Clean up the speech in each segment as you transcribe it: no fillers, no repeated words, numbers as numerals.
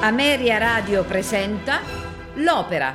Ameria Radio presenta L'Opera.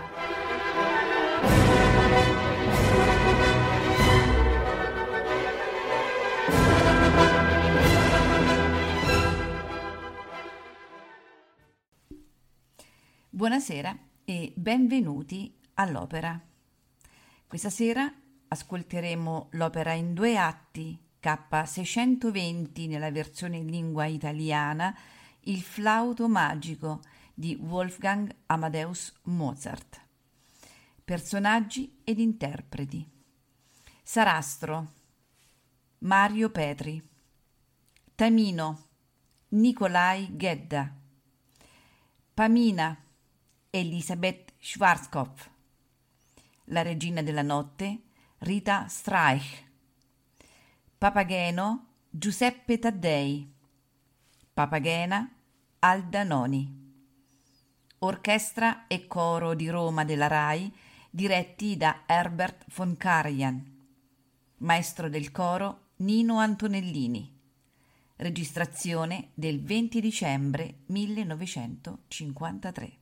Buonasera e benvenuti all'Opera. Questa sera ascolteremo l'opera in 2 atti, K620 nella versione in lingua italiana, Il flauto magico di Wolfgang Amadeus Mozart. Personaggi ed interpreti: Sarastro, Mario Petri; Tamino, Nikolai Gedda; Pamina, Elisabeth Schwarzkopf; la regina della notte, Rita Streich; Papageno, Giuseppe Taddei; Papagena, Alda Noni. Orchestra e coro di Roma della RAI, diretti da Herbert von Karajan. Maestro del coro Nino Antonellini. Registrazione del 20 dicembre 1953.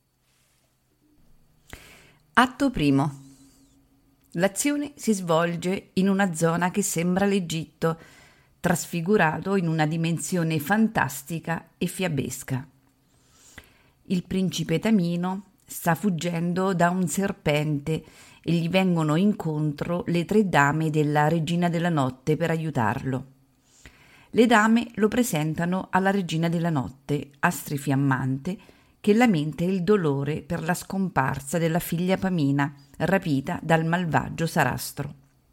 Atto primo. L'azione si svolge in una zona che sembra l'Egitto, trasfigurato in una dimensione fantastica e fiabesca. Il principe Tamino sta fuggendo da un serpente e gli vengono incontro le 3 dame della regina della notte per aiutarlo. Le dame lo presentano alla regina della notte, astrifiammante, che lamenta il dolore per la scomparsa della figlia Pamina, rapita dal malvagio Sarastro.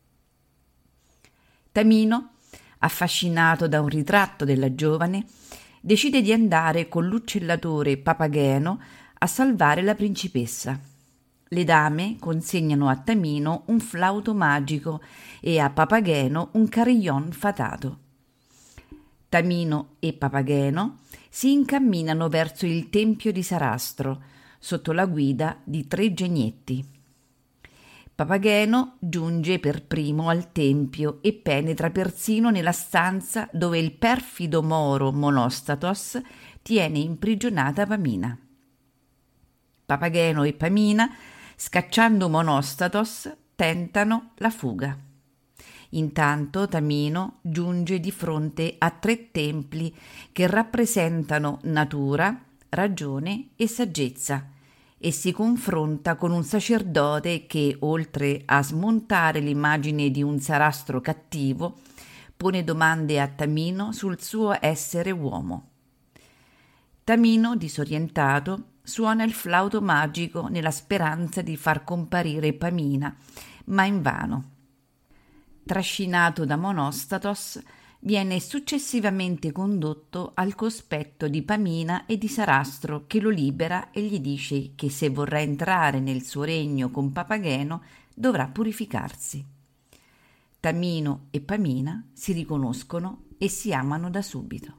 Tamino, affascinato da un ritratto della giovane, decide di andare con l'uccellatore Papageno a salvare la principessa. Le dame consegnano a Tamino un flauto magico e a Papageno un carillon fatato. Tamino e Papageno si incamminano verso il tempio di Sarastro, sotto la guida di 3 genietti. Papageno giunge per primo al tempio e penetra persino nella stanza dove il perfido moro Monostatos tiene imprigionata Pamina. Papageno e Pamina, scacciando Monostatos, tentano la fuga. Intanto Tamino giunge di fronte a 3 templi che rappresentano natura, ragione e saggezza, e si confronta con un sacerdote che, oltre a smontare l'immagine di un Sarastro cattivo, pone domande a Tamino sul suo essere uomo. Tamino, disorientato, suona il flauto magico nella speranza di far comparire Pamina, ma invano. Trascinato da Monostatos, viene successivamente condotto al cospetto di Pamina e di Sarastro, che lo libera e gli dice che se vorrà entrare nel suo regno con Papageno dovrà purificarsi. Tamino e Pamina si riconoscono e si amano da subito.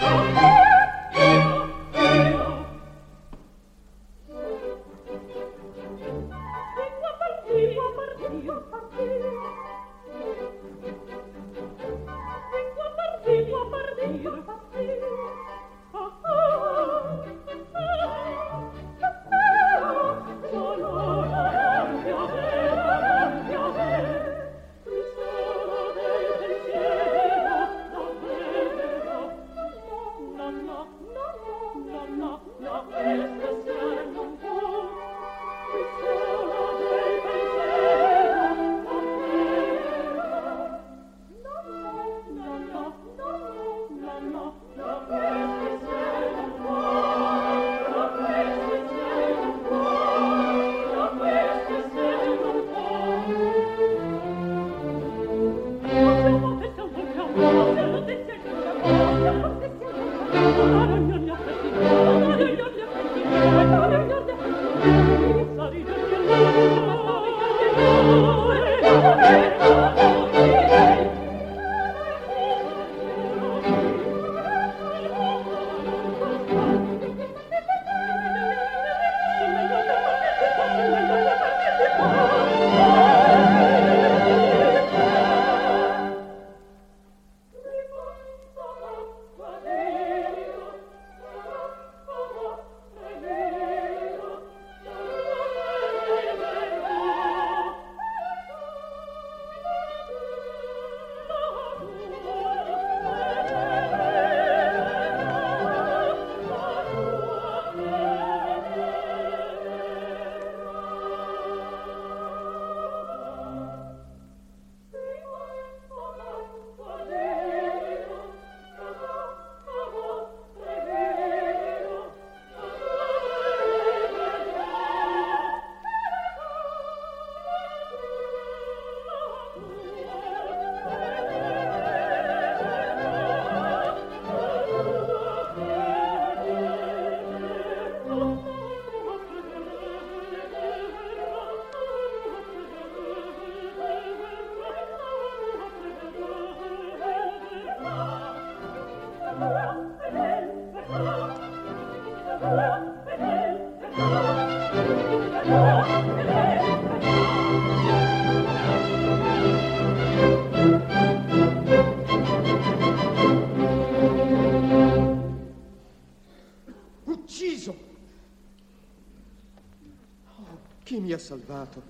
Chi mi ha salvato?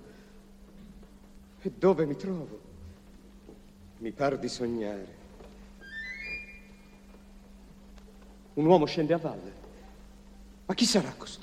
E dove mi trovo? Mi par di sognare. Un uomo scende a valle. Ma chi sarà costui?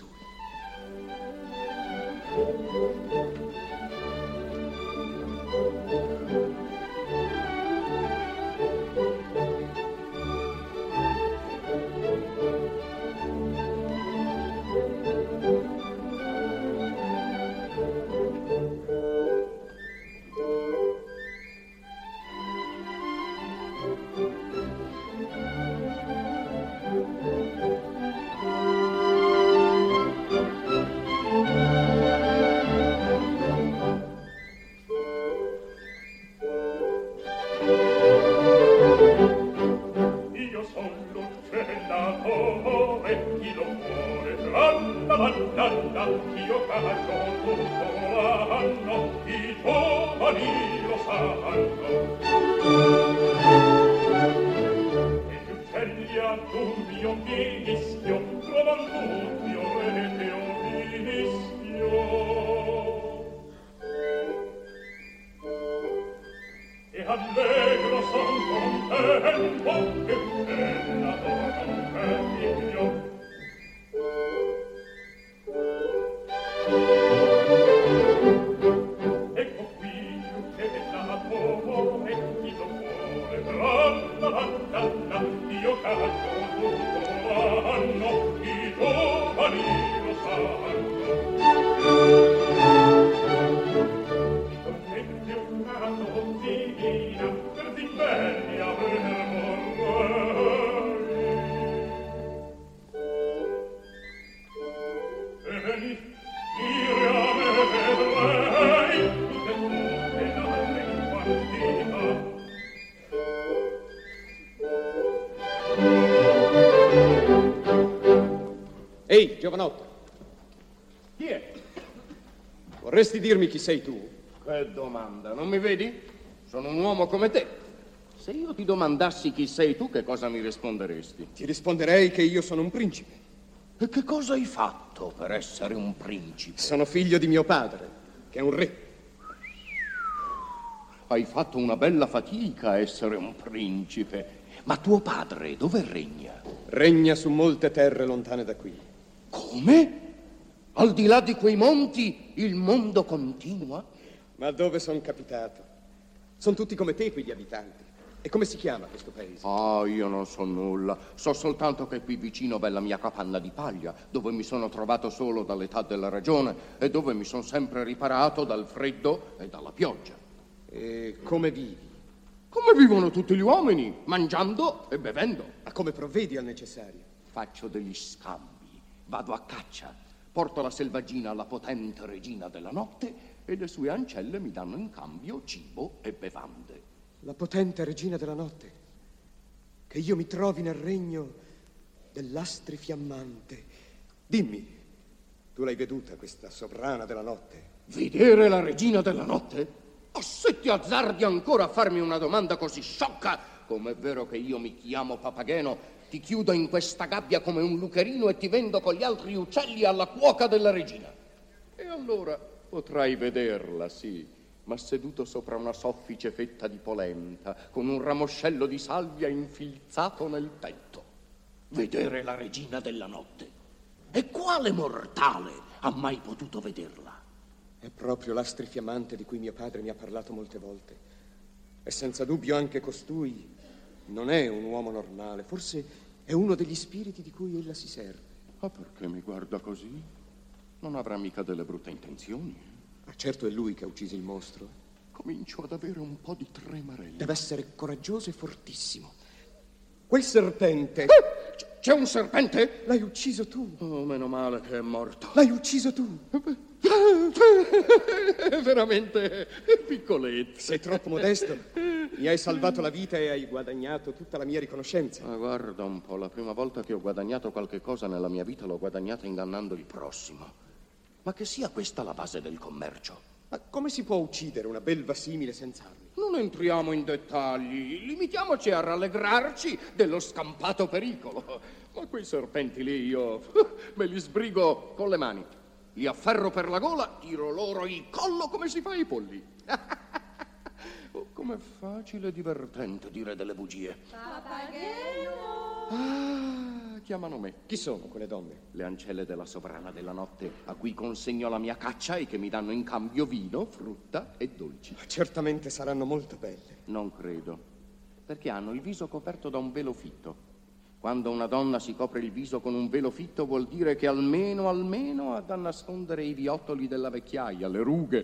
Ehi, giovanotto. Chi è? Vorresti dirmi chi sei tu? Che domanda, non mi vedi? Sono un uomo come te. Se io ti domandassi chi sei tu, che cosa mi risponderesti? Ti risponderei che io sono un principe. E che cosa hai fatto per essere un principe? Sono figlio di mio padre, che è un re. Hai fatto una bella fatica a essere un principe. Ma tuo padre dove regna? Regna su molte terre lontane da qui. Come? Al di là di quei monti il mondo continua? Ma dove son capitato? Sono tutti come te quegli abitanti. E come si chiama questo paese? Ah, io non so nulla. So soltanto che qui vicino v'è la mia capanna di paglia, dove mi sono trovato solo dall'età della ragione e dove mi sono sempre riparato dal freddo e dalla pioggia. E come vivi? Come vivono tutti gli uomini, mangiando e bevendo. Ma come provvedi al necessario? Faccio degli scambi, vado a caccia, porto la selvaggina alla potente regina della notte e le sue ancelle mi danno in cambio cibo e bevande. La potente regina della notte. Che io mi trovi nel regno dell'astri fiammante. Dimmi, tu l'hai veduta questa sovrana della notte? Vedere la regina della notte? O se ti azzardi ancora a farmi una domanda così sciocca, come è vero che io mi chiamo Papageno, ti chiudo in questa gabbia come un lucherino e ti vendo con gli altri uccelli alla cuoca della regina. E allora potrai vederla, sì, ma seduto sopra una soffice fetta di polenta, con un ramoscello di salvia infilzato nel petto. Vedere la regina della notte. E quale mortale ha mai potuto vederla? È proprio l'astri fiammante di cui mio padre mi ha parlato molte volte. E senza dubbio anche costui non è un uomo normale. Forse è uno degli spiriti di cui ella si serve. Ma perché mi guarda così? Non avrà mica delle brutte intenzioni? Ma certo è lui che ha ucciso il mostro. Comincio ad avere un po' di tremarelli. Deve essere coraggioso e fortissimo. Quel serpente... C'è un serpente? L'hai ucciso tu. Oh, meno male che è morto. L'hai ucciso tu. È veramente piccoletto. Sei troppo modesto. Mi hai salvato la vita e hai guadagnato tutta la mia riconoscenza. Ma guarda un po', la prima volta che ho guadagnato qualche cosa nella mia vita l'ho guadagnata ingannando il prossimo. Ma che sia questa la base del commercio? Ma come si può uccidere una belva simile senza armi? Non entriamo in dettagli, limitiamoci a rallegrarci dello scampato pericolo. Ma quei serpenti lì io me li sbrigo con le mani. Li afferro per la gola, tiro loro il collo come si fa ai polli. Oh, com'è facile e divertente dire delle bugie. Papageno! Ah, chiamano me. Chi sono quelle donne? Le ancelle della sovrana della notte, a cui consegno la mia caccia e che mi danno in cambio vino, frutta e dolci. Certamente saranno molto belle. Non credo, perché hanno il viso coperto da un velo fitto. Quando una donna si copre il viso con un velo fitto vuol dire che almeno ha da nascondere i viottoli della vecchiaia, le rughe.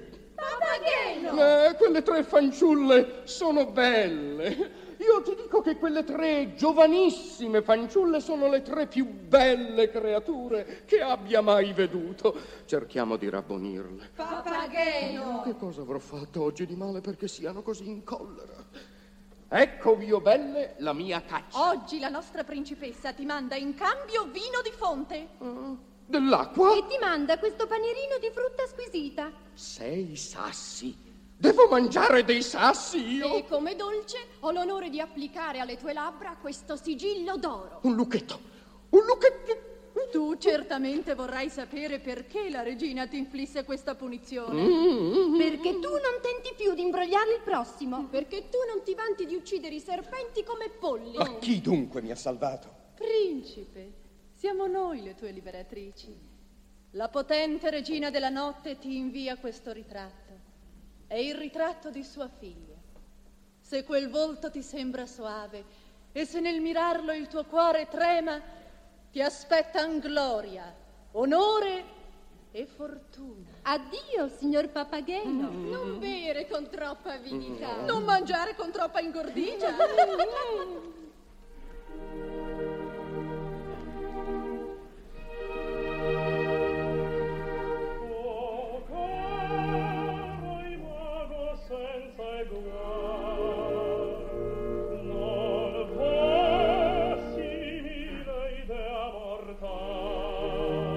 Papageno! Quelle tre fanciulle sono belle. Io ti dico che quelle tre giovanissime fanciulle sono le tre più belle creature che abbia mai veduto. Cerchiamo di rabbonirle. Papageno! Che cosa avrò fatto oggi di male perché siano così in collera? Eccovi, o belle, la mia caccia. Oggi la nostra principessa ti manda in cambio vino di fonte. Dell'acqua? E ti manda questo panierino di frutta squisita. 6 sassi. Devo mangiare dei sassi io? E come dolce ho l'onore di applicare alle tue labbra questo sigillo d'oro. Un lucchetto. Un lucchetto. Tu certamente vorrai sapere perché la regina ti inflisse questa punizione. Perché tu non tenti più di imbrogliare il prossimo. Perché tu non ti vanti di uccidere i serpenti come polli. Ma chi dunque mi ha salvato? Principe, siamo noi le tue liberatrici. La potente regina della notte ti invia questo ritratto. È il ritratto di sua figlia. Se quel volto ti sembra soave e se nel mirarlo il tuo cuore trema, ti aspettan gloria, onore e fortuna. Addio, signor Papageno. Non bere con troppa avidità. Non mangiare con troppa ingordigia. Simile idea mortal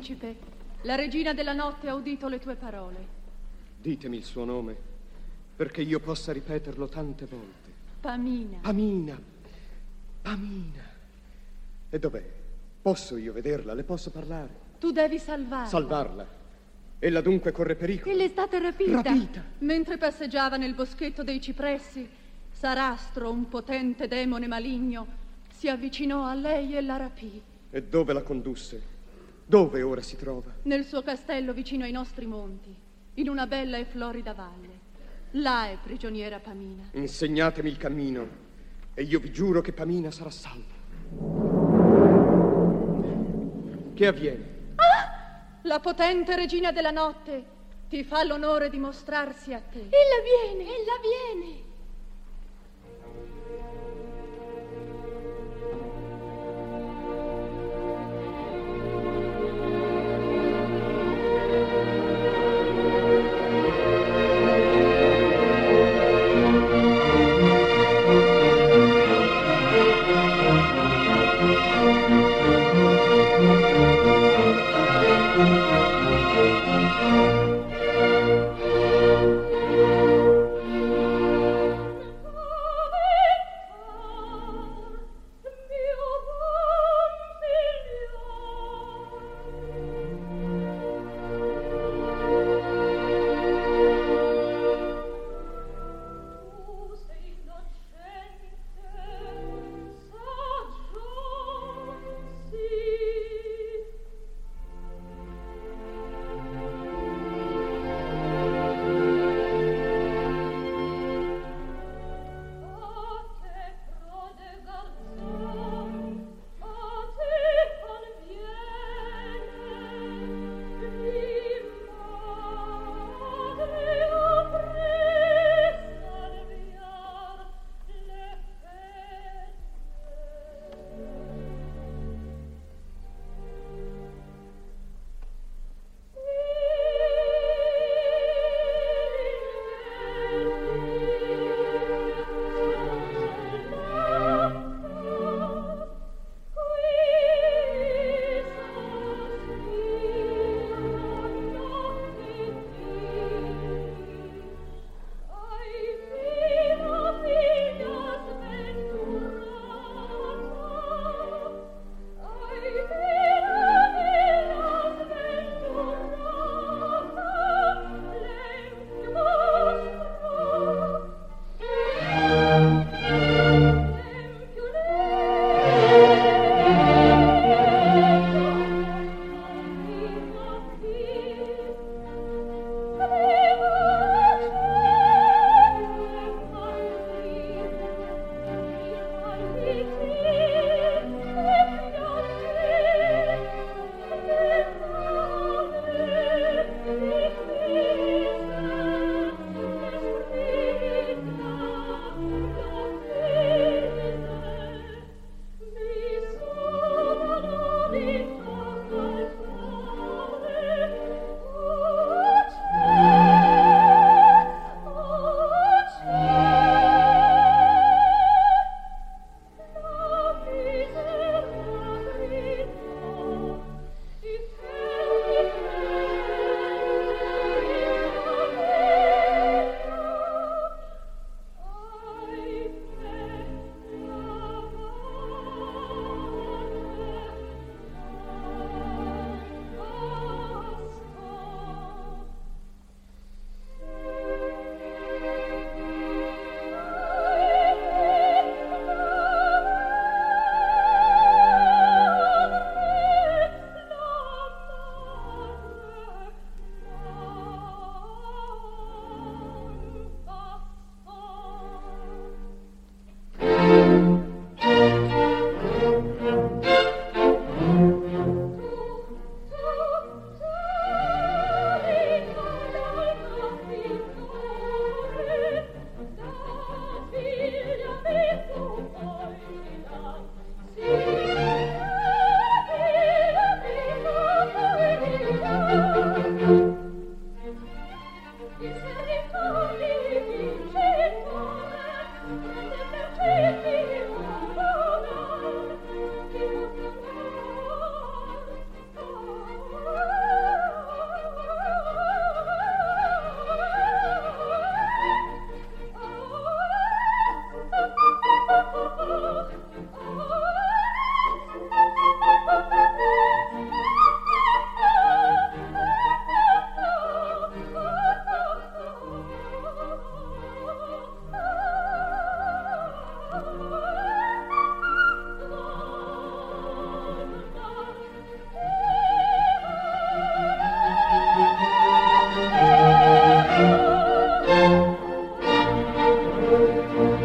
principe, la regina della notte ha udito le tue parole. Ditemi il suo nome, perché io possa ripeterlo tante volte. Pamina. Pamina. Pamina. E dov'è? Posso io vederla? Le posso parlare? Tu devi salvarla. Salvarla? Ella dunque corre pericolo? Ella è stata rapita. Rapita? Mentre passeggiava nel boschetto dei cipressi, Sarastro, un potente demone maligno, si avvicinò a lei e la rapì. E dove la condusse? Dove ora si trova? Nel suo castello vicino ai nostri monti, in una bella e florida valle. Là è prigioniera Pamina. Insegnatemi il cammino e io vi giuro che Pamina sarà salva. Che avviene? La potente regina della notte ti fa l'onore di mostrarsi a te. Ella viene. Ella viene.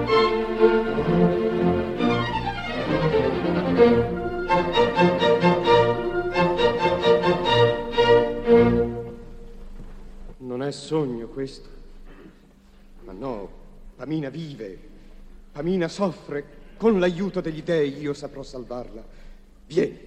Non è sogno questo? Ma no, Pamina vive, Pamina soffre. Con l'aiuto degli dei io saprò salvarla. Vieni.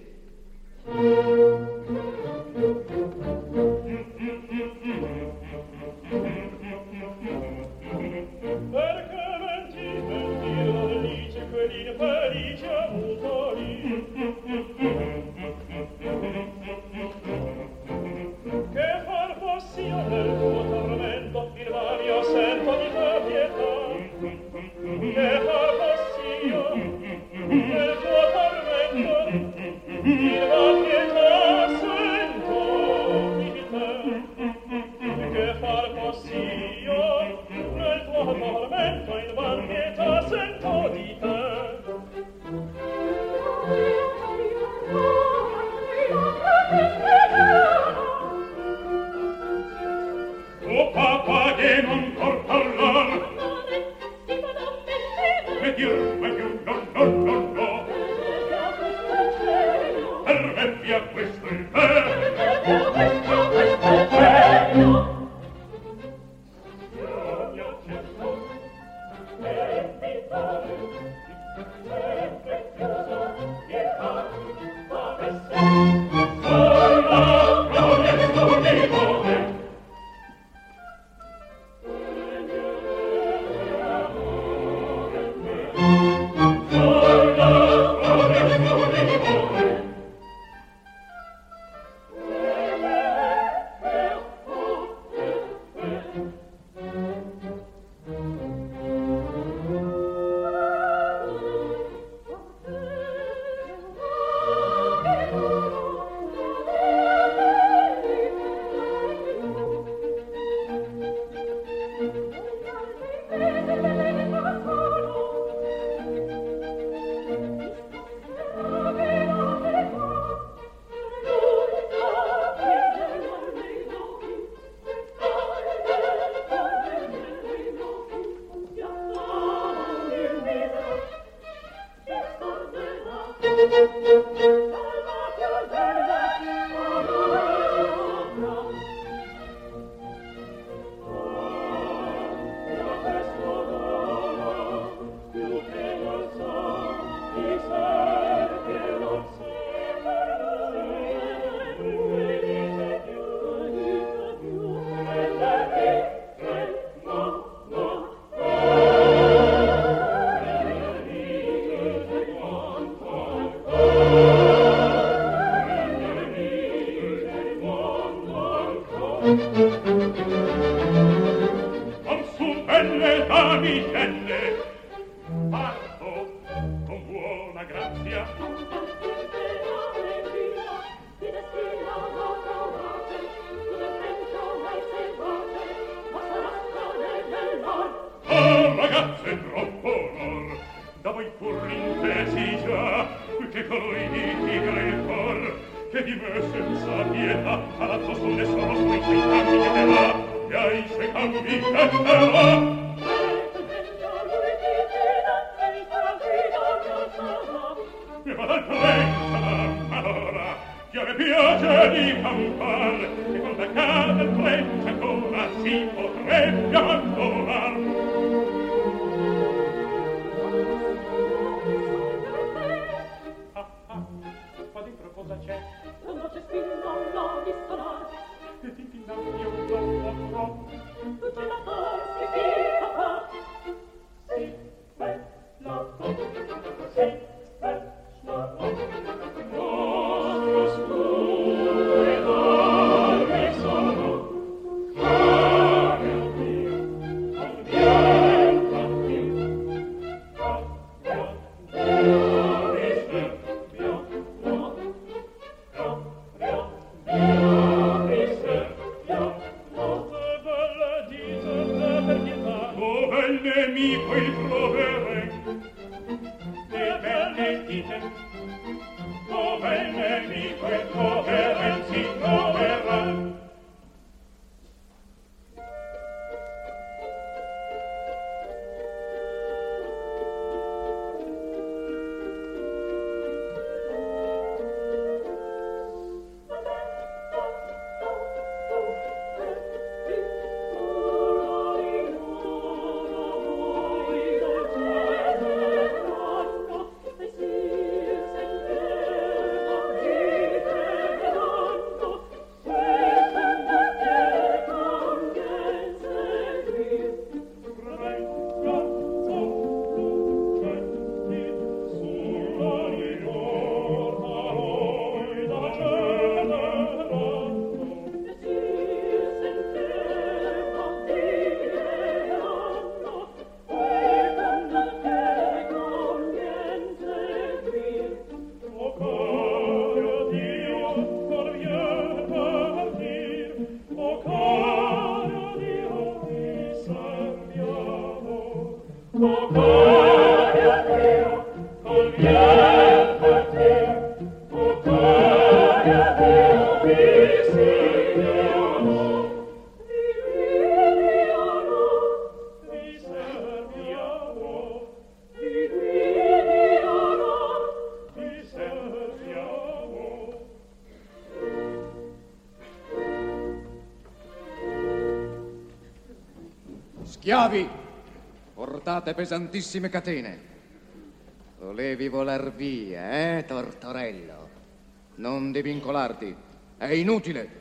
Schiavi, portate pesantissime catene. Volevi volar via, Tortorello? Non devi vincolarti, è inutile.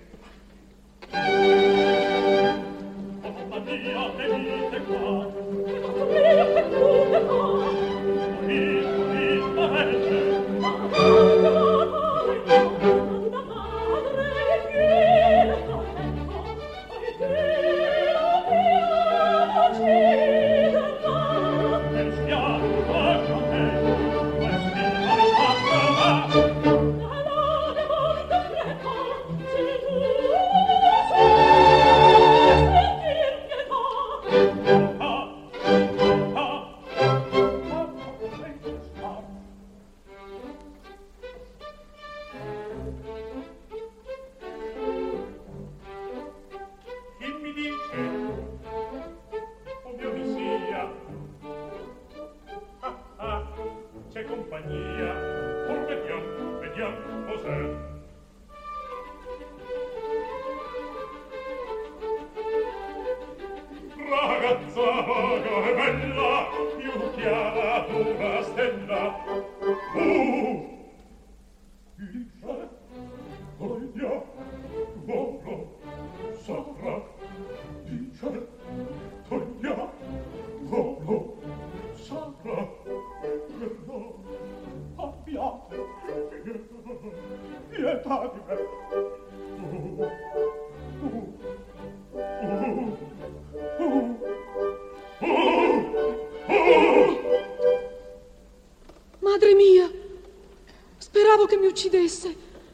Madre mia, speravo che mi uccidesse.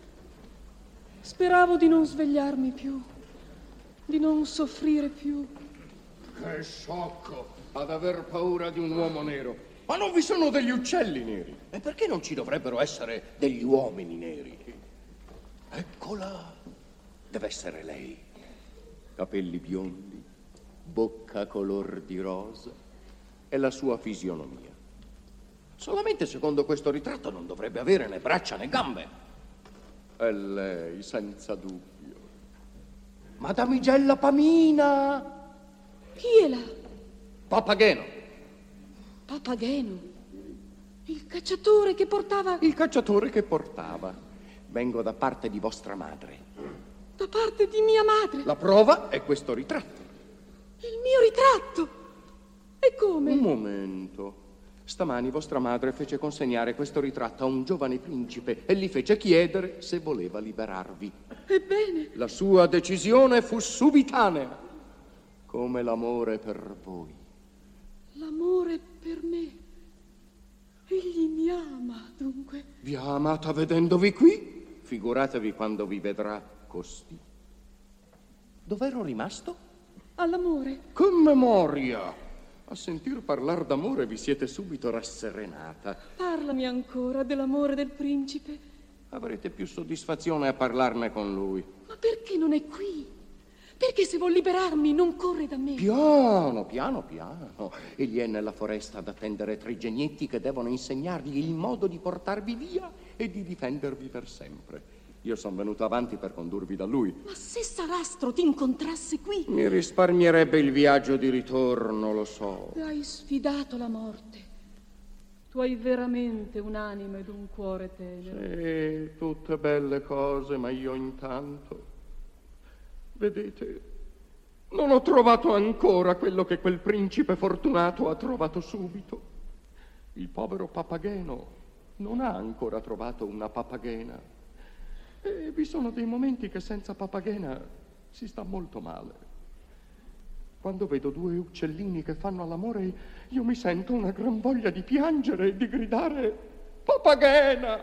Speravo di non svegliarmi più, di non soffrire più. Che sciocco ad aver paura di un uomo nero. Ma non vi sono degli uccelli neri? E perché non ci dovrebbero essere degli uomini neri? Eccola. Deve essere lei. Capelli biondi, bocca color di rosa e la sua fisionomia. Solamente secondo questo ritratto non dovrebbe avere né braccia né gambe. È lei, senza dubbio. Madamigella Pamina. Chi è là? Papageno. Papageno? Il cacciatore che portava... Il cacciatore che portava. Vengo da parte di vostra madre. Da parte di mia madre? La prova è questo ritratto. Il mio ritratto? E come? Un momento. Stamani vostra madre fece consegnare questo ritratto a un giovane principe e gli fece chiedere se voleva liberarvi. Ebbene? La sua decisione fu subitanea, come l'amore per voi. L'amore per me? Egli mi ama, dunque. Vi ha amata vedendovi qui? Figuratevi quando vi vedrà costì. Dov'ero rimasto? All'amore. Che memoria! A sentir parlar d'amore vi siete subito rasserenata. Parlami ancora dell'amore del principe. Avrete più soddisfazione a parlarne con lui. Ma perché non è qui? Perché se vuol liberarmi non corre da me? Piano, piano, piano. Egli è nella foresta ad attendere 3 genietti che devono insegnargli il modo di portarvi via e di difendervi per sempre. Io sono venuto avanti per condurvi da lui. Ma se Sarastro ti incontrasse qui? Mi risparmierebbe il viaggio di ritorno, lo so. Hai sfidato la morte. Tu hai veramente un'anima ed un cuore tenero. Sì, tutte belle cose, ma io intanto... Vedete, non ho trovato ancora quello che quel principe fortunato ha trovato subito. Il povero Papageno non ha ancora trovato una papagena. E vi sono dei momenti che senza Papagena si sta molto male. Quando vedo 2 uccellini che fanno all'amore, io mi sento una gran voglia di piangere e di gridare Papagena!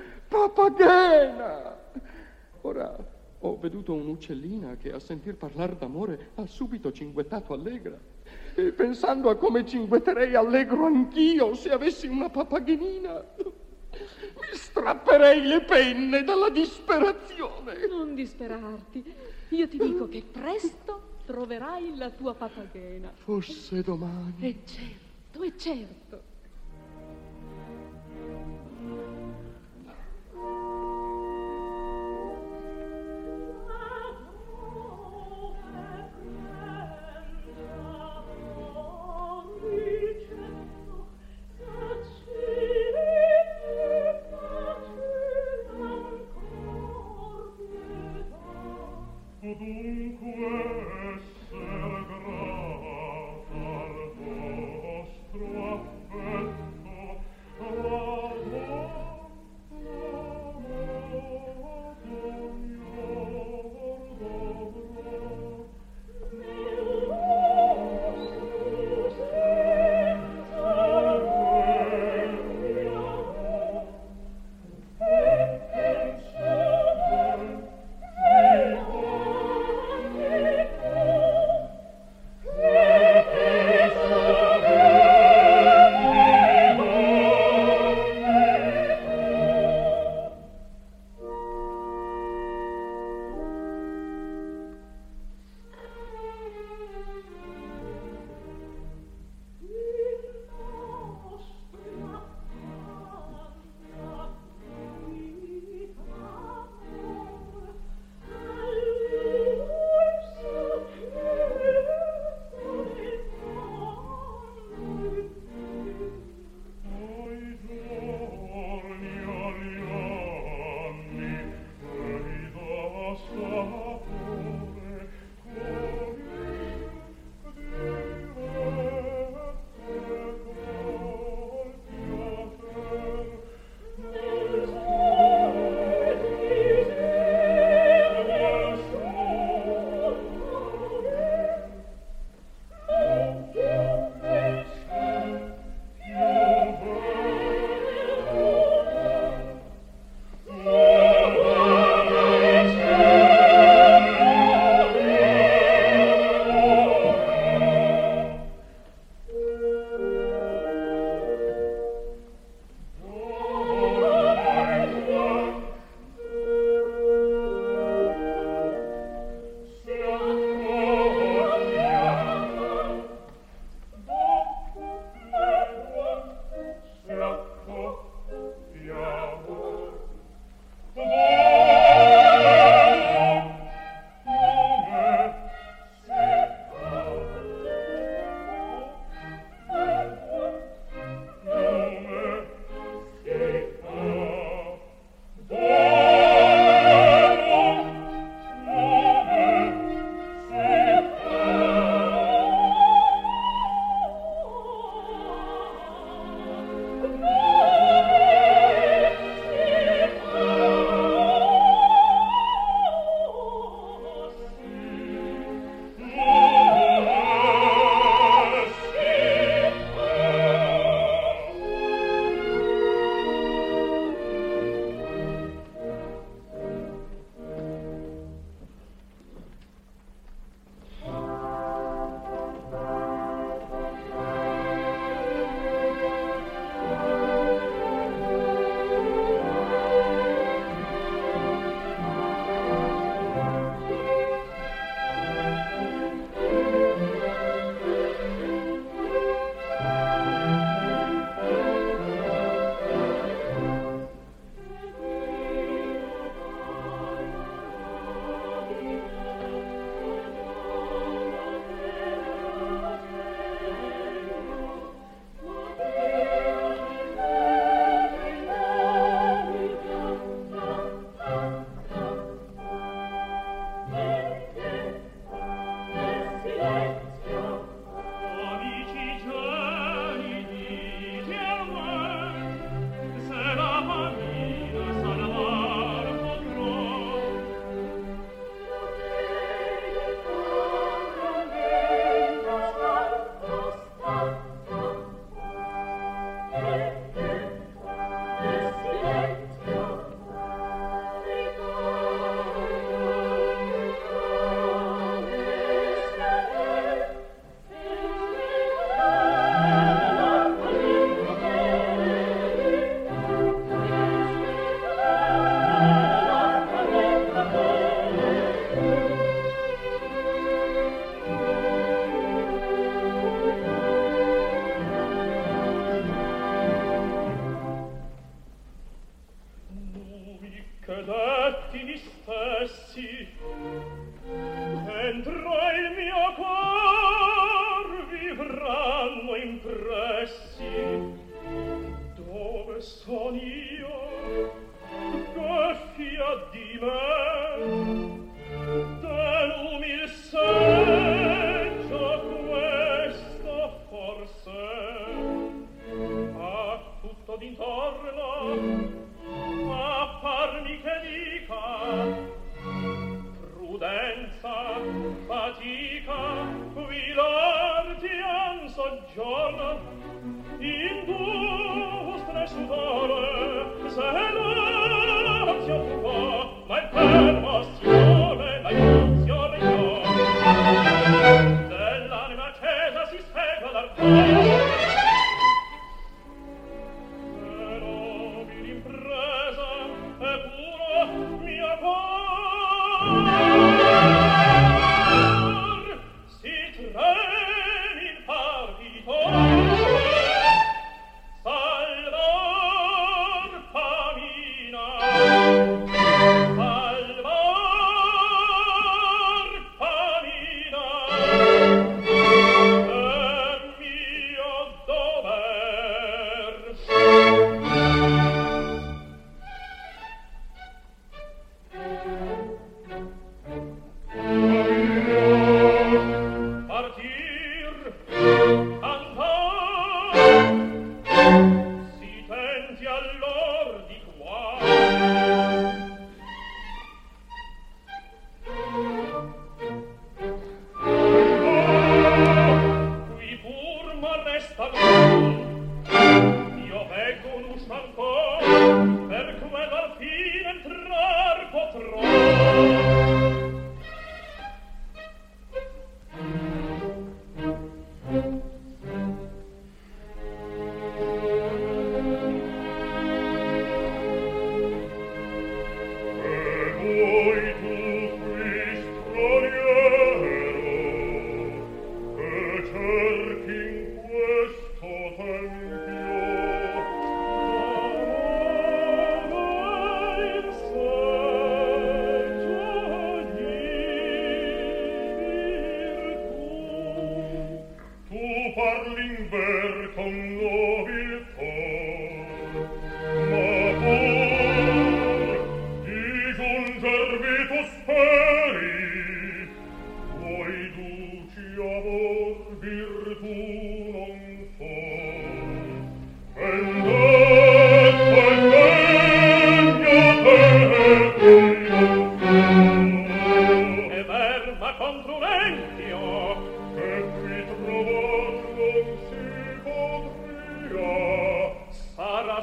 Papagena! Ora ho veduto un'uccellina che a sentir parlare d'amore ha subito cinguettato allegra E pensando a come cinguetterei allegro anch'io se avessi una papaghinina, mi strapperei le penne dalla disperazione. Non disperarti. Io ti dico che presto troverai la tua papaghena. Fosse domani. È certo, è certo. Dunque esser grata al vostro affetto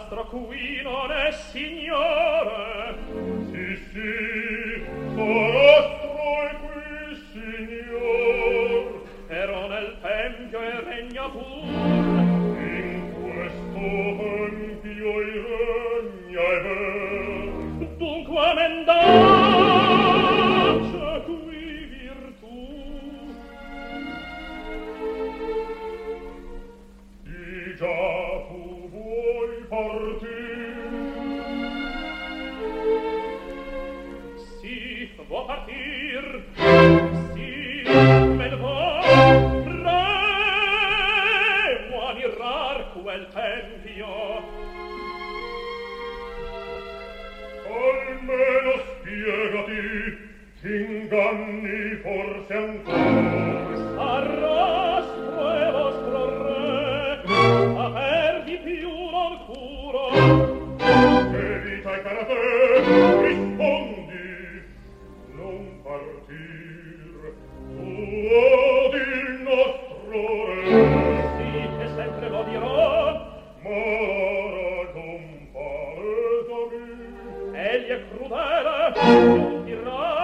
nostro qui non è signore. Sì, sì, sorastro è qui signor, però nel tempio e regna pur. In questo tempio il regna è ver. Dunque mendace qui virtù. Di già tu vuoi partir? Sì, vuoi partir? Sì, me ne vuoi? Re, vuoi mirar quel tempio? Almeno spiegati, t'inganni forse ancora. Sarrastro è vostro re, a perdi più non curo. Che vita è cara te, rispondi, non partir, tu odi il nostro re. Sì, che sempre lo dirò, ma la ragion palesami. egli è crudele, non dirà.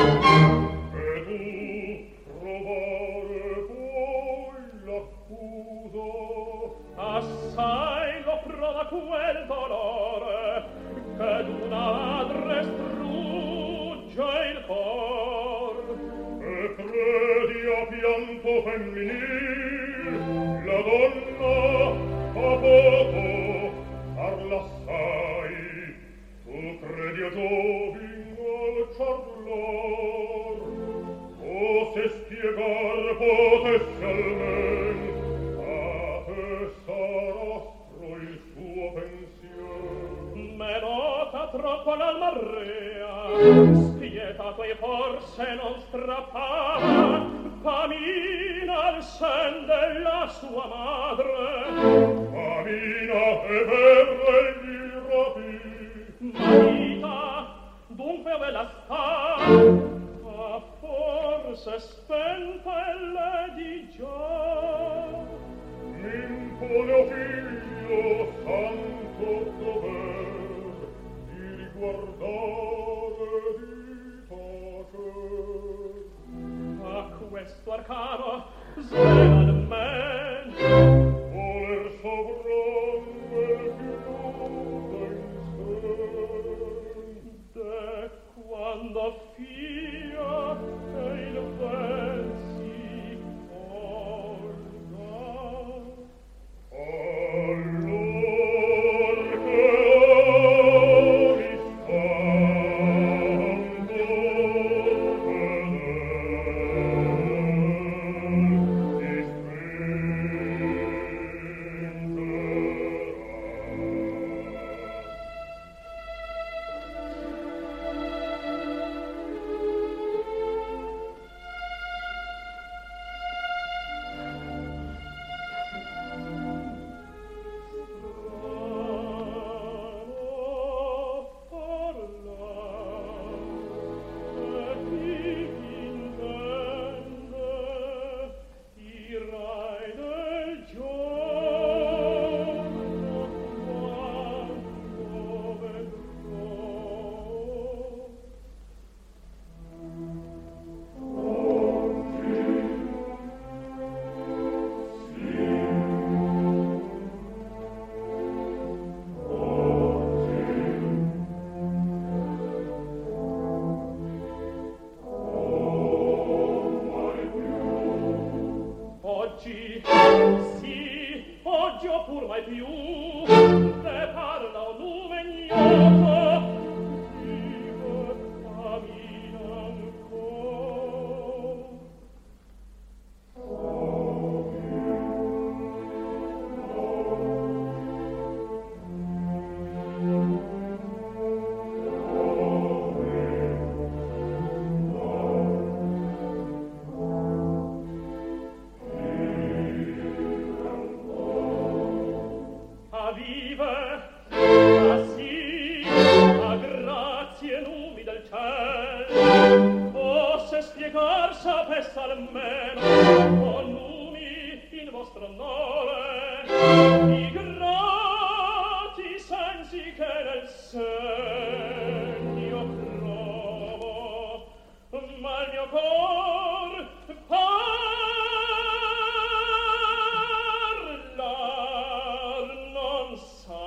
E tu provare puoi l'accusa. Assai lo prova quel dolore che d'una madre strugge il cor. E credi a pianto femminil la donna a poco parla assai. Tu credi a giovin al charlar, o se spiegar potesse almen a te sarastro il suo pensiero. Me nota troppo l'almarrea, spietato e forse non strappava, camina al sen della sua madre. Camina e verre gli rapì. Marita, dunque ove la sta? Ah, forse spenta e le di già. M'impone, o figlio, santo dover di riguardare di tacer. A questo arcano svela il men. Voler sovran quel chiude in sen. De quando fia e il vel si folga. Allor che vive segno provo, ma il mio cor parlar non sa.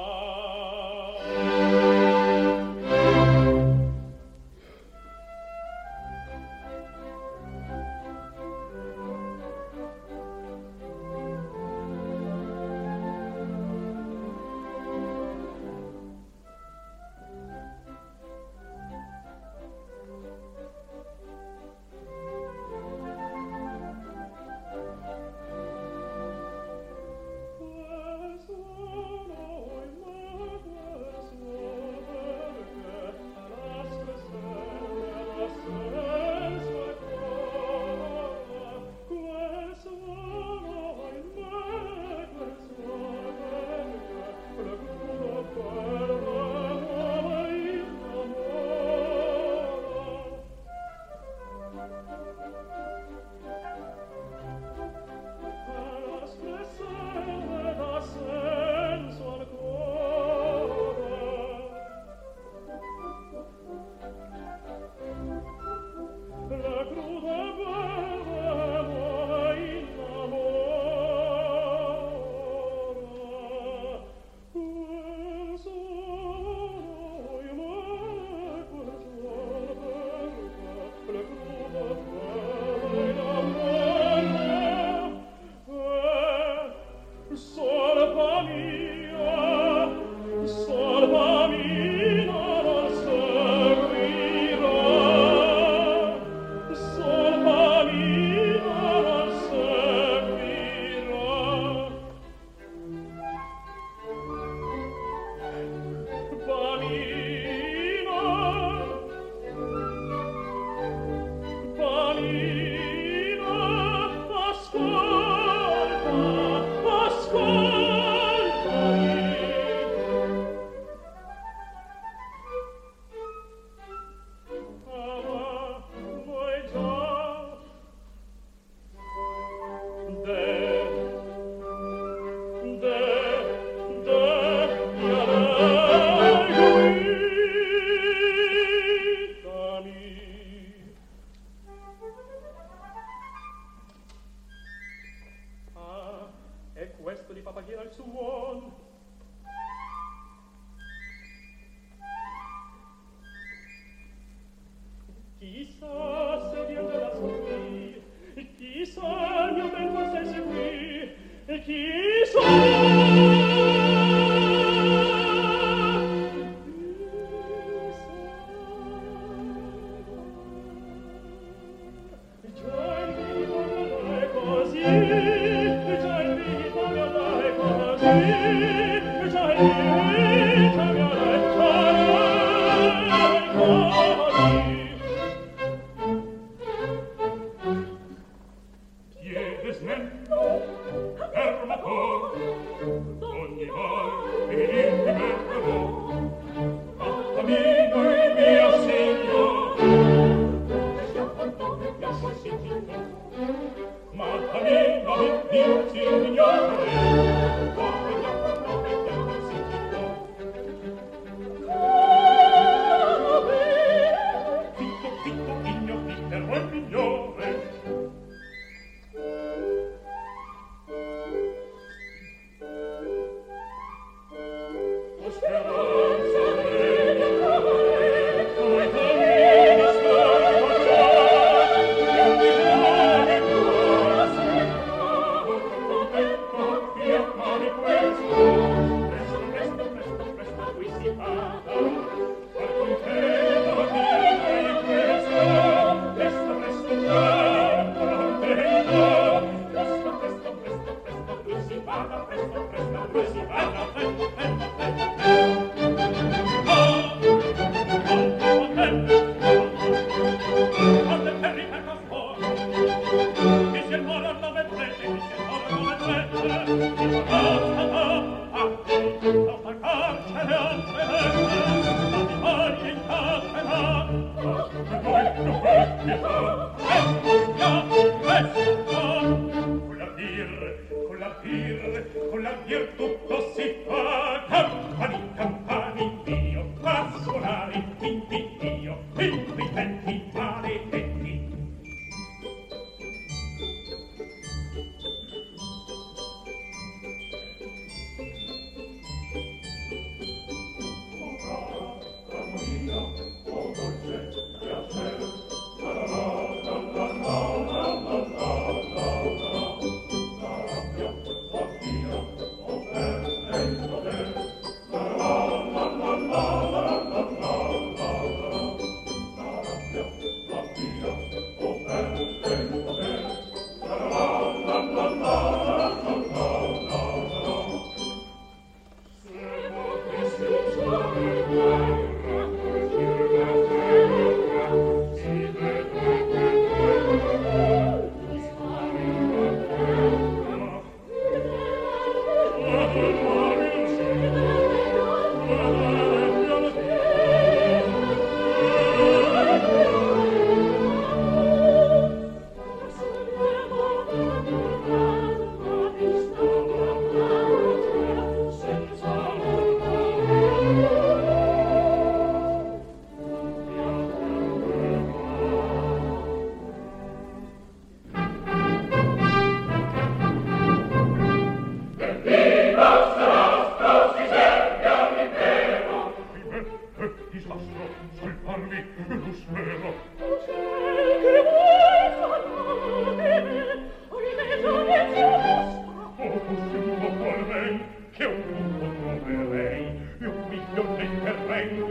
Presto, presto, presto, presto, presto, presto, presto, presto, presto, presto, presto,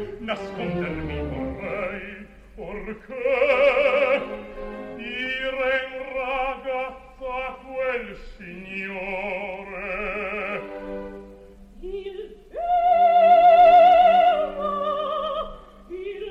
nascondermi vorrei, orché dire in ragazza a quel signore il vero, il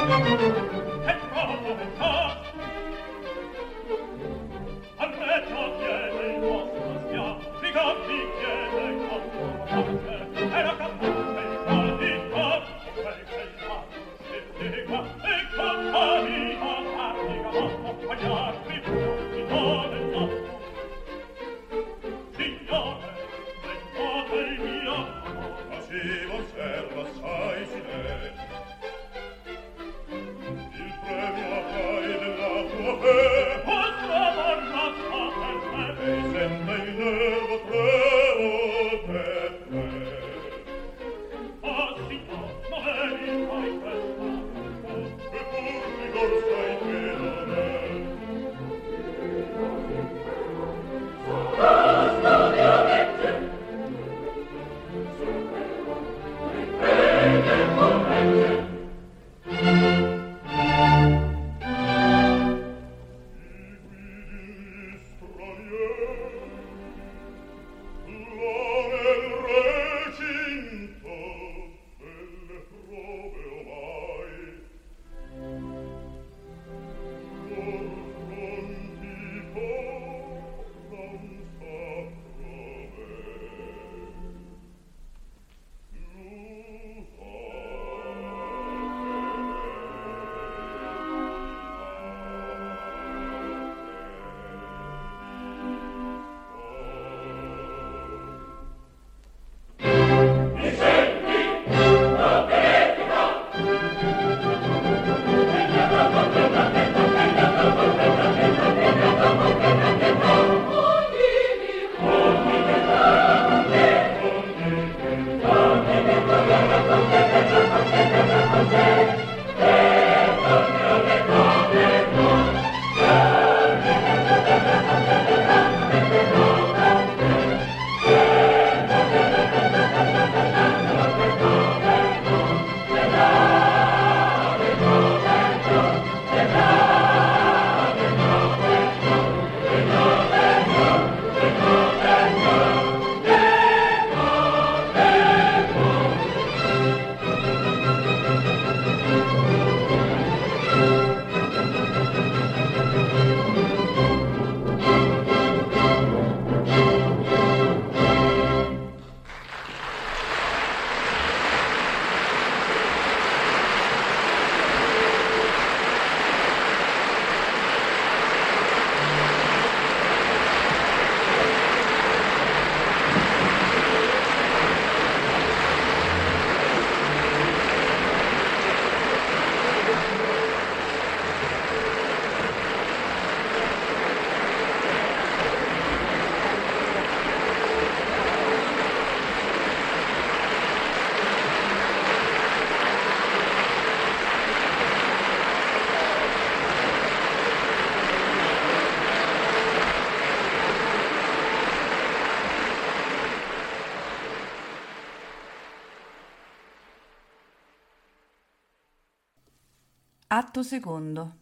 Atto secondo.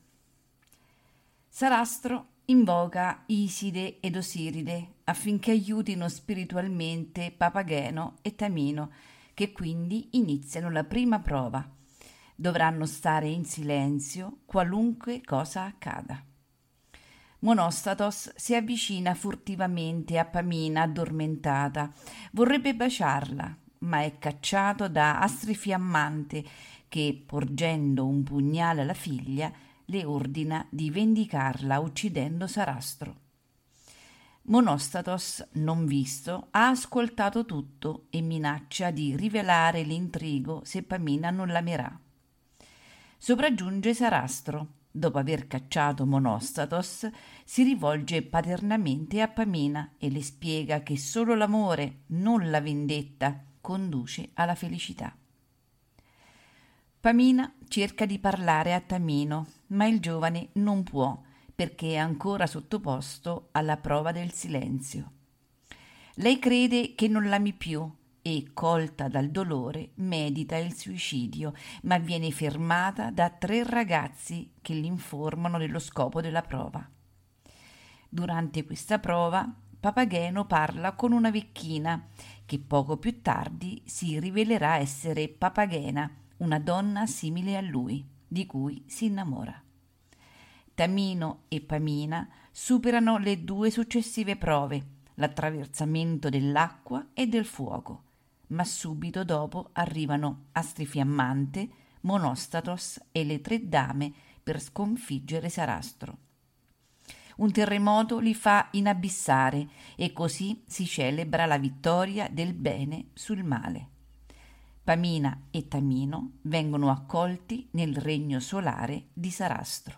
Sarastro invoca Iside ed Osiride affinché aiutino spiritualmente Papageno e Tamino, che quindi iniziano la prima prova. Dovranno stare in silenzio qualunque cosa accada. Monostatos si avvicina furtivamente a Pamina addormentata. Vorrebbe baciarla, ma è cacciato da Astrifiammante che, porgendo un pugnale alla figlia, le ordina di vendicarla uccidendo Sarastro. Monostatos, non visto, ha ascoltato tutto e minaccia di rivelare l'intrigo se Pamina non l'amerà. Sopraggiunge Sarastro. Dopo aver cacciato Monostatos, si rivolge paternamente a Pamina e le spiega che solo l'amore, non la vendetta, conduce alla felicità. Pamina cerca di parlare a Tamino, ma il giovane non può perché è ancora sottoposto alla prova del silenzio. Lei crede che non l'ami più e, colta dal dolore, medita il suicidio, ma viene fermata da 3 ragazzi che l'informano dello scopo della prova. Durante questa prova, Papageno parla con una vecchina che poco più tardi si rivelerà essere Papagena, una donna simile a lui, di cui si innamora. Tamino e Pamina superano le 2 successive prove, l'attraversamento dell'acqua e del fuoco, ma subito dopo arrivano Astrifiammante, Monostatos e le 3 dame per sconfiggere Sarastro. Un terremoto li fa inabissare e così si celebra la vittoria del bene sul male. Pamina e Tamino vengono accolti nel regno solare di Sarastro.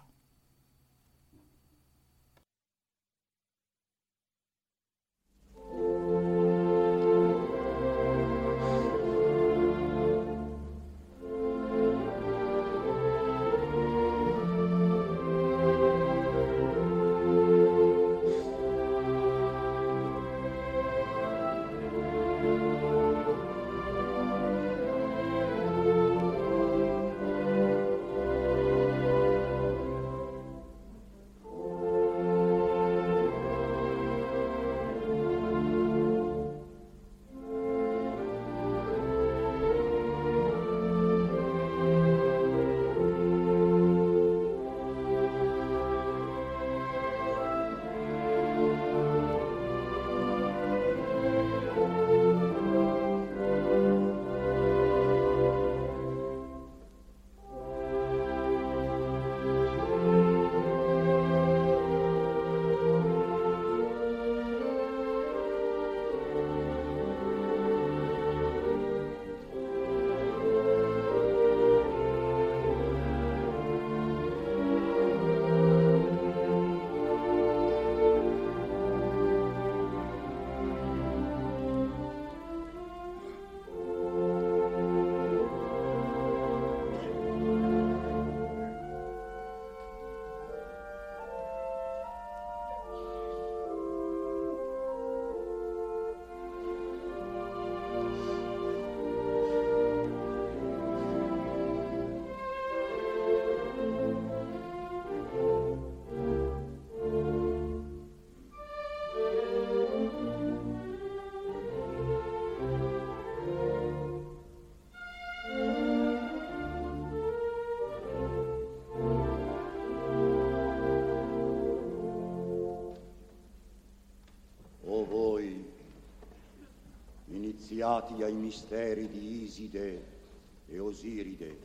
iniziati ai misteri di Iside e Osiride,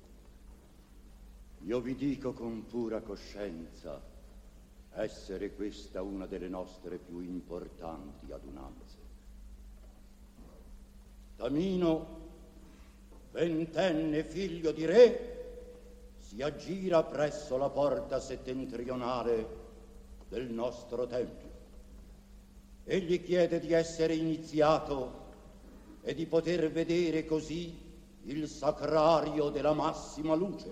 io vi dico con pura coscienza essere questa una delle nostre più importanti adunanze. Tamino, 20enne figlio di re, si aggira presso la porta settentrionale del nostro tempio. Egli chiede di essere iniziato e di poter vedere così il sacrario della massima luce.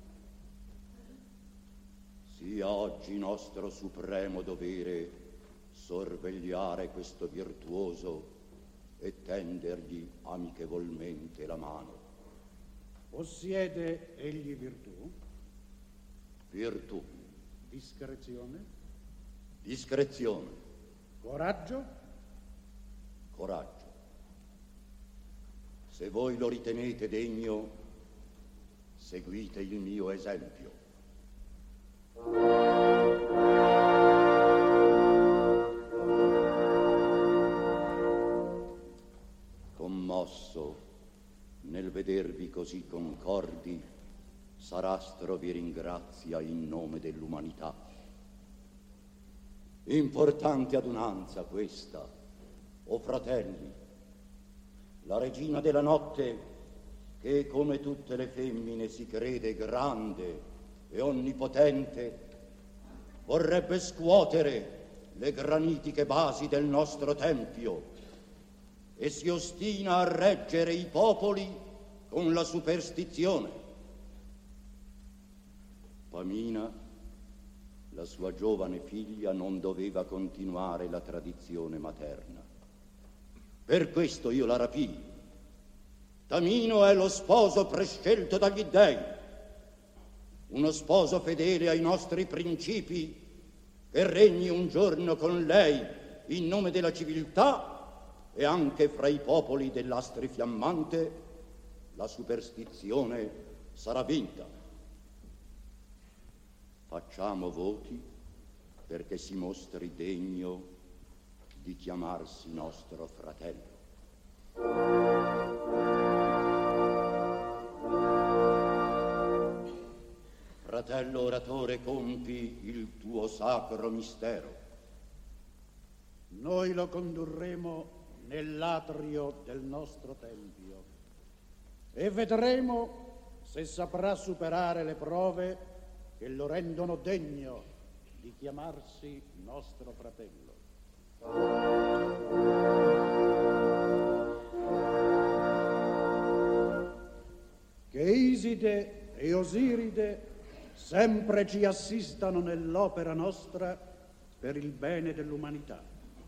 Sia oggi nostro supremo dovere sorvegliare questo virtuoso e tendergli amichevolmente la mano. Possiede egli virtù? Virtù. Discrezione? Discrezione. Coraggio? Coraggio. Se voi lo ritenete degno, seguite il mio esempio. Commosso nel vedervi così concordi, Sarastro vi ringrazia in nome dell'umanità. Importante adunanza questa, o fratelli. La regina della notte, che come tutte le femmine si crede grande e onnipotente, vorrebbe scuotere le granitiche basi del nostro tempio e si ostina a reggere i popoli con la superstizione. Pamina, la sua giovane figlia, non doveva continuare la tradizione materna. Per questo io la rapii. Tamino è lo sposo prescelto dagli dèi, uno sposo fedele ai nostri principi, che regni un giorno con lei in nome della civiltà e anche fra i popoli dell'Astri Fiammante la superstizione sarà vinta. Facciamo voti perché si mostri degno di chiamarsi nostro fratello. Fratello oratore, compi il tuo sacro mistero. Noi lo condurremo nell'atrio del nostro tempio e vedremo se saprà superare le prove che lo rendono degno di chiamarsi nostro fratello. Che Iside e Osiride sempre ci assistano nell'opera nostra per il bene dell'umanità.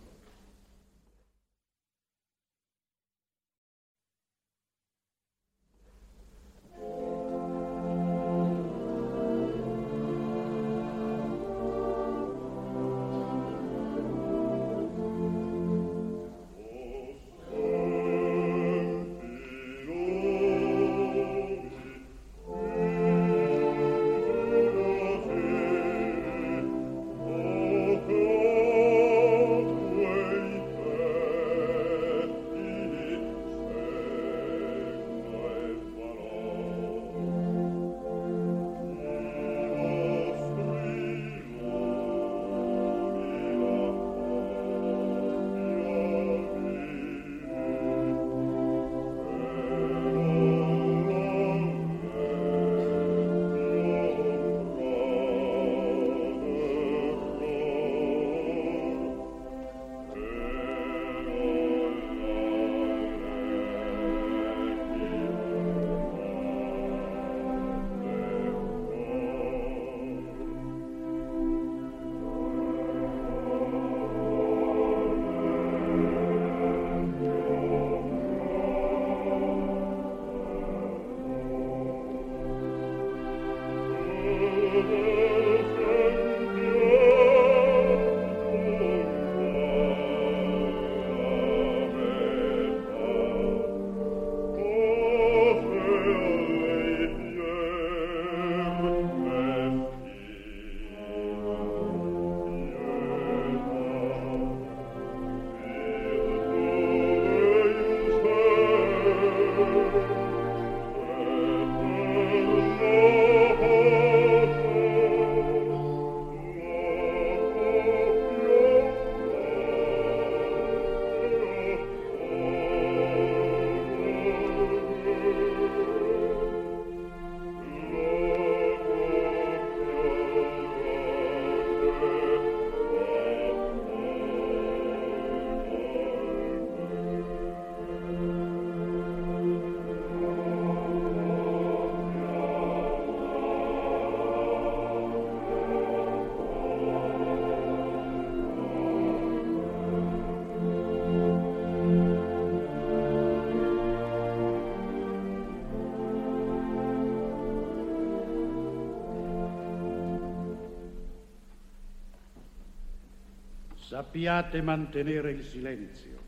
Sappiate mantenere il silenzio.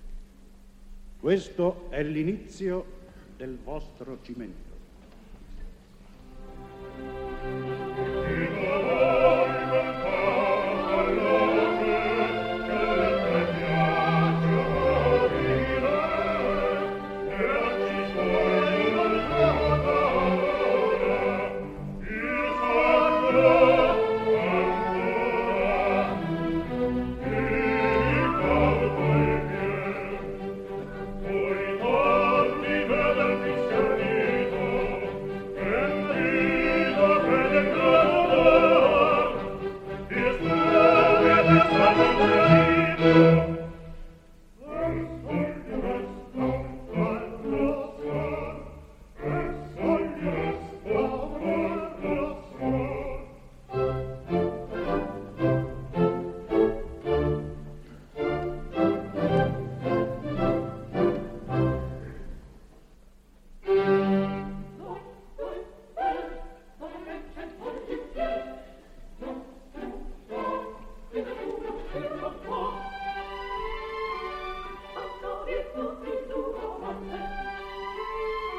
Questo è l'inizio del vostro cimento.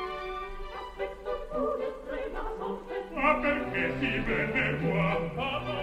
Ma perché si venne qua?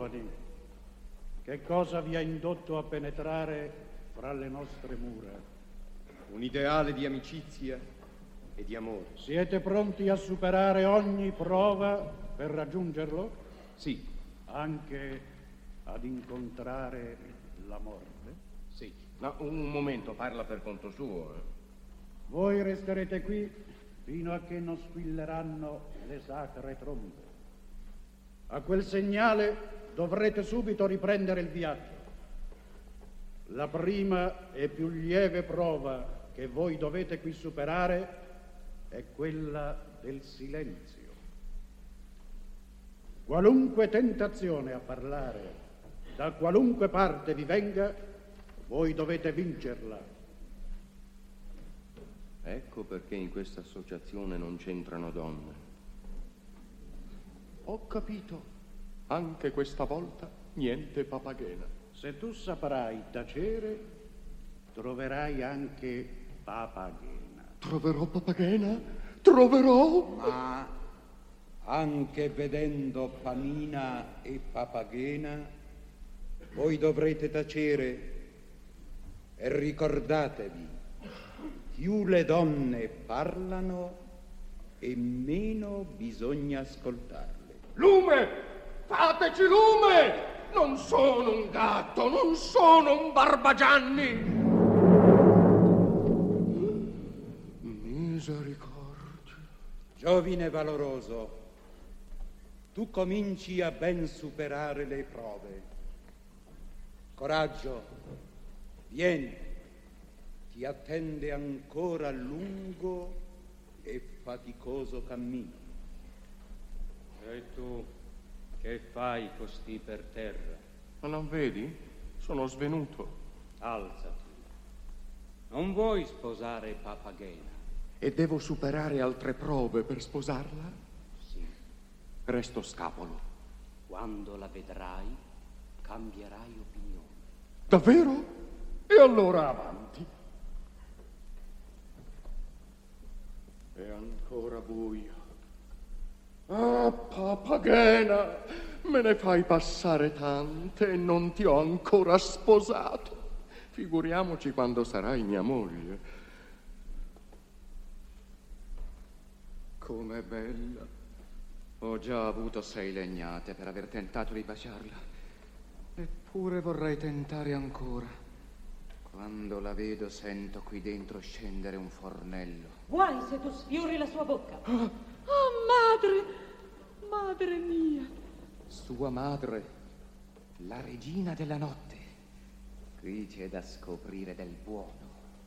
giovani, che cosa vi ha indotto a penetrare fra le nostre mura? Un ideale di amicizia e di amore. Siete pronti a superare ogni prova per raggiungerlo? Sì. Anche ad incontrare la morte? Sì. No, un momento, parla per conto suo. Voi resterete qui fino a che non squilleranno le sacre trombe. A quel segnale dovrete subito riprendere il viaggio. La prima e più lieve prova che voi dovete qui superare è quella del silenzio. Qualunque tentazione a parlare, da qualunque parte vi venga, voi dovete vincerla. Ecco perché in questa associazione non c'entrano donne. Ho capito. Anche questa volta niente Papagena. Se tu saprai tacere, troverai anche Papagena. Troverò Papagena? Troverò? Ma anche vedendo Pamina e Papagena, voi dovrete tacere e ricordatevi, più le donne parlano e meno bisogna ascoltarle. Lume! Fateci lume! Non sono un gatto, non sono un Barbagianni! Misericordia. Giovine valoroso, tu cominci a ben superare le prove. Coraggio, vieni, ti attende ancora lungo e faticoso cammino. E tu, che fai costì per terra? Ma non vedi? Sono svenuto. Alzati. Non vuoi sposare Papagena? E devo superare altre prove per sposarla? Sì. Resto scapolo. Quando la vedrai, cambierai opinione. Davvero? E allora avanti. È ancora buio. Ah, Papagena, me ne fai passare tante e non ti ho ancora sposato. Figuriamoci quando sarai mia moglie. Com'è bella. Ho già avuto 6 legnate per aver tentato di baciarla. Eppure vorrei tentare ancora. Quando la vedo sento qui dentro scendere un fornello. Guai se tu sfiori la sua bocca. Oh, madre! Madre mia! Sua madre, la regina della notte. Qui c'è da scoprire del buono.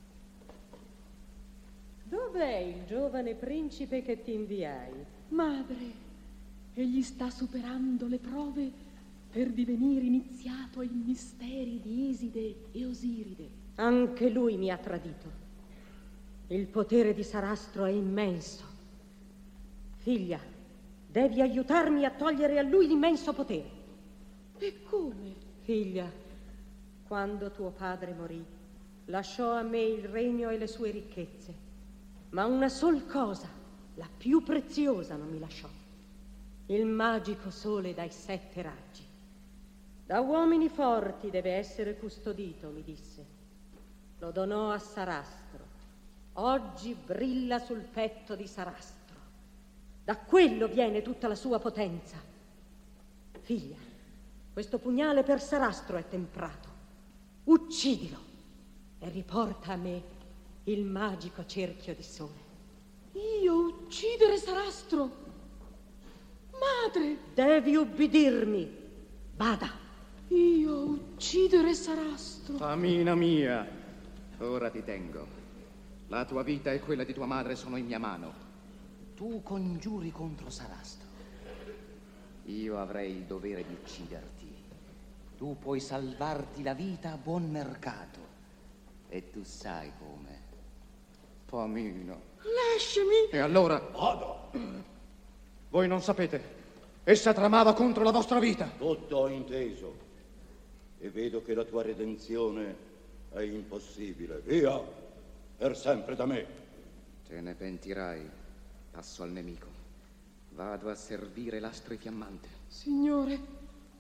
Dov'è il giovane principe che ti inviai? Madre, egli sta superando le prove per divenire iniziato ai misteri di Iside e Osiride. Anche lui mi ha tradito. Il potere di Sarastro è immenso. Figlia, devi aiutarmi a togliere a lui l'immenso potere. E come? Figlia, quando tuo padre morì, lasciò a me il regno e le sue ricchezze. Ma una sol cosa, la più preziosa, non mi lasciò. Il magico sole dai 7 raggi. Da uomini forti deve essere custodito, mi disse. Lo donò a Sarastro. Oggi brilla sul petto di Sarastro. Da quello viene tutta la sua potenza. Figlia, questo pugnale per Sarastro è temprato. Uccidilo e riporta a me il magico cerchio di sole. Io uccidere Sarastro? Madre! Devi ubbidirmi. Bada. Io uccidere Sarastro? Pamina mia, ora ti tengo. La tua vita e quella di tua madre sono in mia mano. Tu congiuri contro Sarastro. Io avrei il dovere di ucciderti. Tu puoi salvarti la vita a buon mercato. E tu sai come. Pamino. Lasciami! E allora? Vado! Voi non sapete. Essa tramava contro la vostra vita. Tutto ho inteso. E vedo che la tua redenzione è impossibile. Via! Per sempre da me. Te ne pentirai. Passo al nemico. Vado a servire l'astri fiammante. Signore,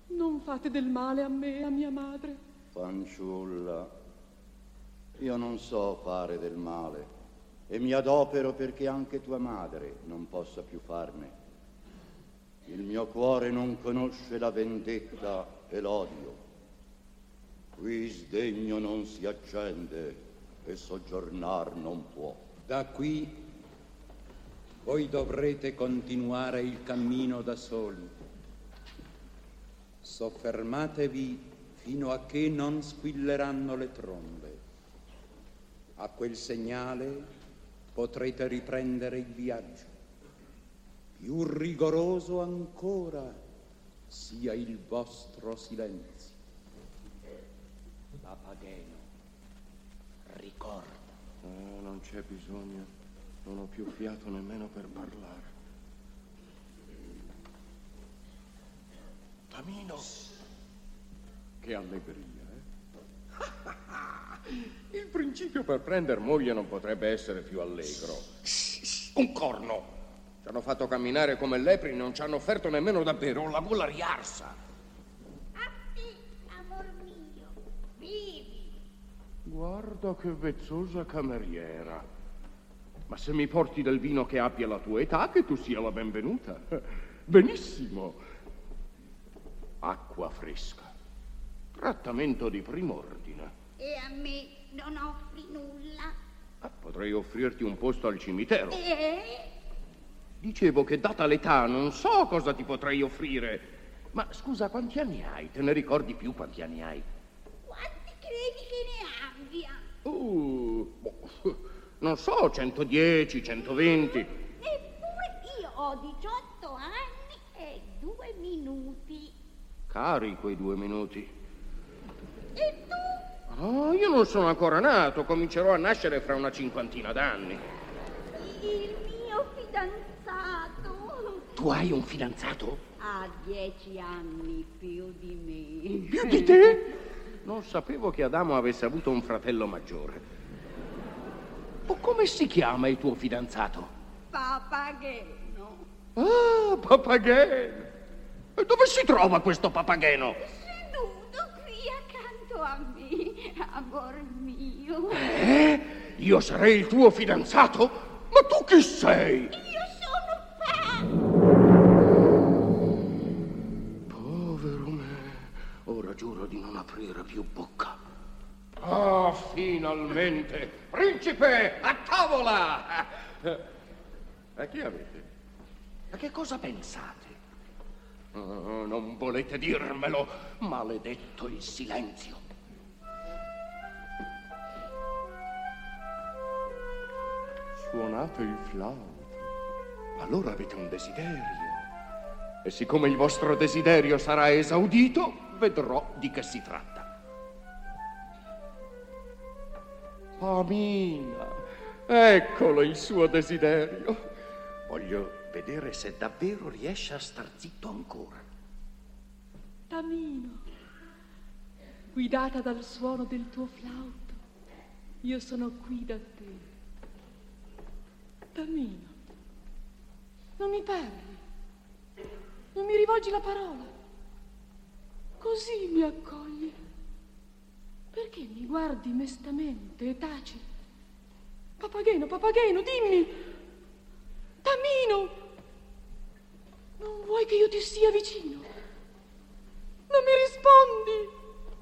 Non fate del male a me e a mia madre. Fanciulla, io non so fare del male e mi adopero perché anche tua madre non possa più farne. Il mio cuore non conosce la vendetta e l'odio. Qui sdegno non si accende e soggiornar non può. Da qui voi dovrete continuare il cammino da soli. Soffermatevi fino a che non squilleranno le trombe. A quel segnale potrete riprendere il viaggio. Più rigoroso ancora sia il vostro silenzio. Papageno, ricorda. Oh, non c'è bisogno. Non ho più fiato nemmeno per parlare. Tamino! Che allegria, eh? Il principio per prender moglie non potrebbe essere più allegro. Un corno! Ci hanno fatto camminare come lepri, non ci hanno offerto nemmeno da bere, ho la gola riarsa. Appi, amor mio, vivi. Guarda che vezzosa cameriera. Ma se mi porti del vino che abbia la tua età, che tu sia la benvenuta. Benissimo. Acqua fresca. Trattamento di prim'ordine. E a me non offri nulla? Potrei offrirti un posto al cimitero. Dicevo che data l'età non so cosa ti potrei offrire. Ma scusa, quanti anni hai? Te ne ricordi più quanti anni hai? Quanti credi che ne abbia? Non so, 110, 120. Eppure io ho 18 anni e 2 minuti. Cari quei 2 minuti. E tu? Oh, io non sono ancora nato, comincerò a nascere fra una 50 d'anni. Il mio fidanzato. Tu hai un fidanzato? Ha 10 anni più di me. Più di te? Non sapevo che Adamo avesse avuto un fratello maggiore. Come si chiama il tuo fidanzato? Papageno. Ah, Papageno. E dove si trova questo Papageno? Seduto qui accanto a me, amor mio. Io sarei il tuo fidanzato? Ma tu chi sei? Io sono Povero me. Ora giuro di non aprire più bocca. Ah, finalmente! Principe, a tavola! A chi avete? A che cosa pensate? Oh, non volete dirmelo? Maledetto il silenzio. Suonate il flauto. Allora avete un desiderio. E siccome il vostro desiderio sarà esaudito, vedrò di che si tratta. Amina, eccolo il suo desiderio. Voglio vedere se davvero riesce a star zitto ancora. Tamino, guidata dal suono del tuo flauto, io sono qui da te. Tamino, non mi parli, non mi rivolgi la parola, così mi accogli. Perché mi guardi mestamente e taci? Papageno, Papageno, dimmi! Tamino! Non vuoi che io ti sia vicino? Non mi rispondi?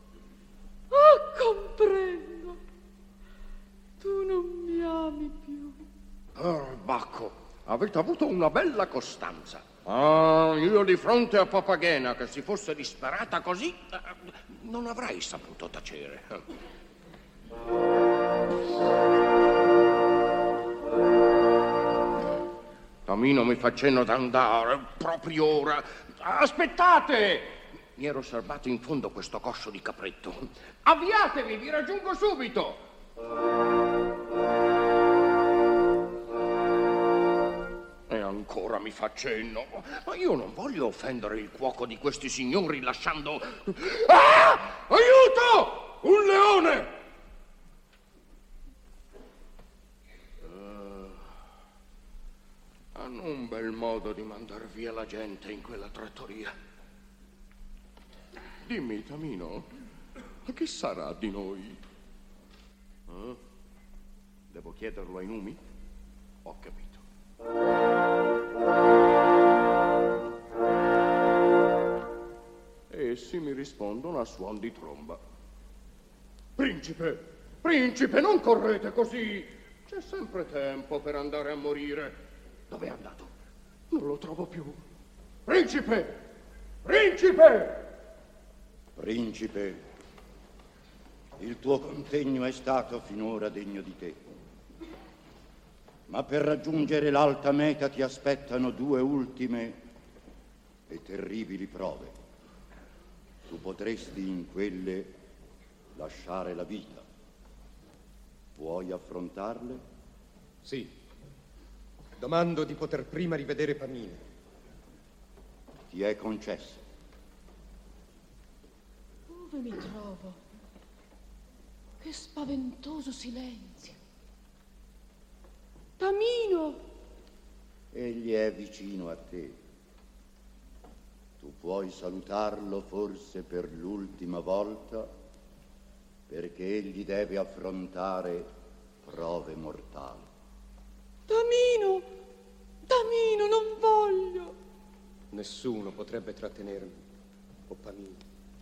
Comprendo. Tu non mi ami più. Bacco, avete avuto una bella costanza. Io di fronte a Papagena, che si fosse disperata così, non avrei saputo tacere. Tamino mi fa cenno d'andare, proprio ora. Aspettate! Mi ero serbato in fondo questo coscio di capretto. Avviatevi, vi raggiungo subito! E ancora mi fa cenno. Ma io non voglio offendere il cuoco di questi signori lasciando... Ah! Aiuto! Un leone! Hanno un bel modo di mandar via la gente in quella trattoria. Dimmi, Tamino, che sarà di noi? Devo chiederlo ai numi? Ho capito. Essi mi rispondono a suon di tromba. Principe, principe, non correte così. C'è sempre tempo per andare a morire. Dove è andato? Non lo trovo più. Principe! Principe! Principe, il tuo contegno è stato finora degno di te. Ma per raggiungere l'alta meta ti aspettano 2 ultime e terribili prove. Tu potresti in quelle lasciare la vita. Puoi affrontarle? Sì. Domando di poter prima rivedere Pamina. Ti è concesso. Dove mi trovo? Che spaventoso silenzio. Tamino! Egli è vicino a te. Tu puoi salutarlo forse per l'ultima volta, perché egli deve affrontare prove mortali. Tamino! Tamino, non voglio! Nessuno potrebbe trattenermi, o Pamina.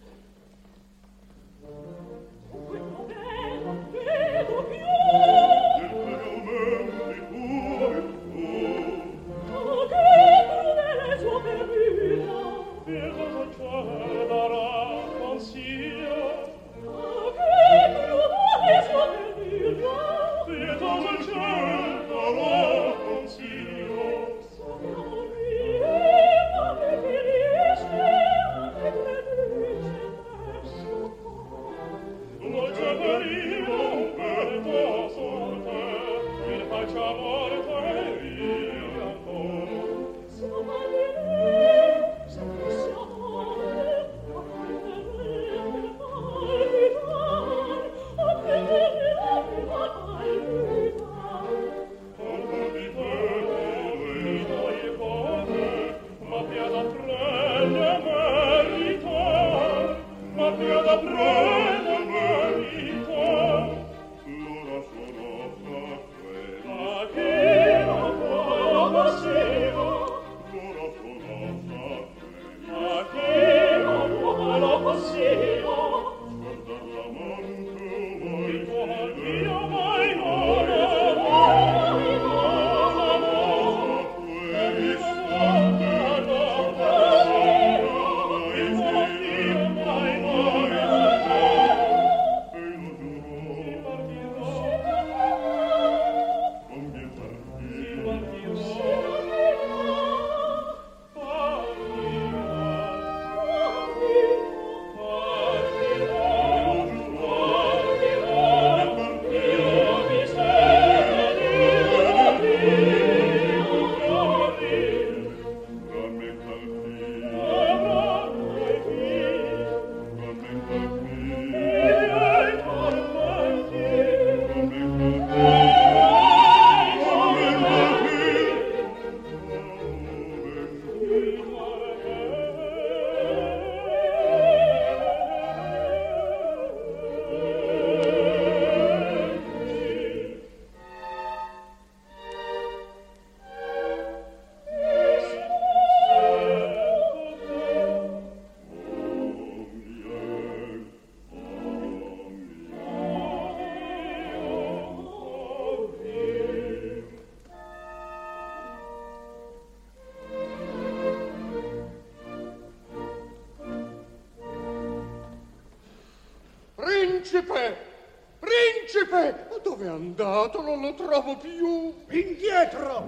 Principe! Principe! Ma dove è andato? Non lo trovo più! Indietro!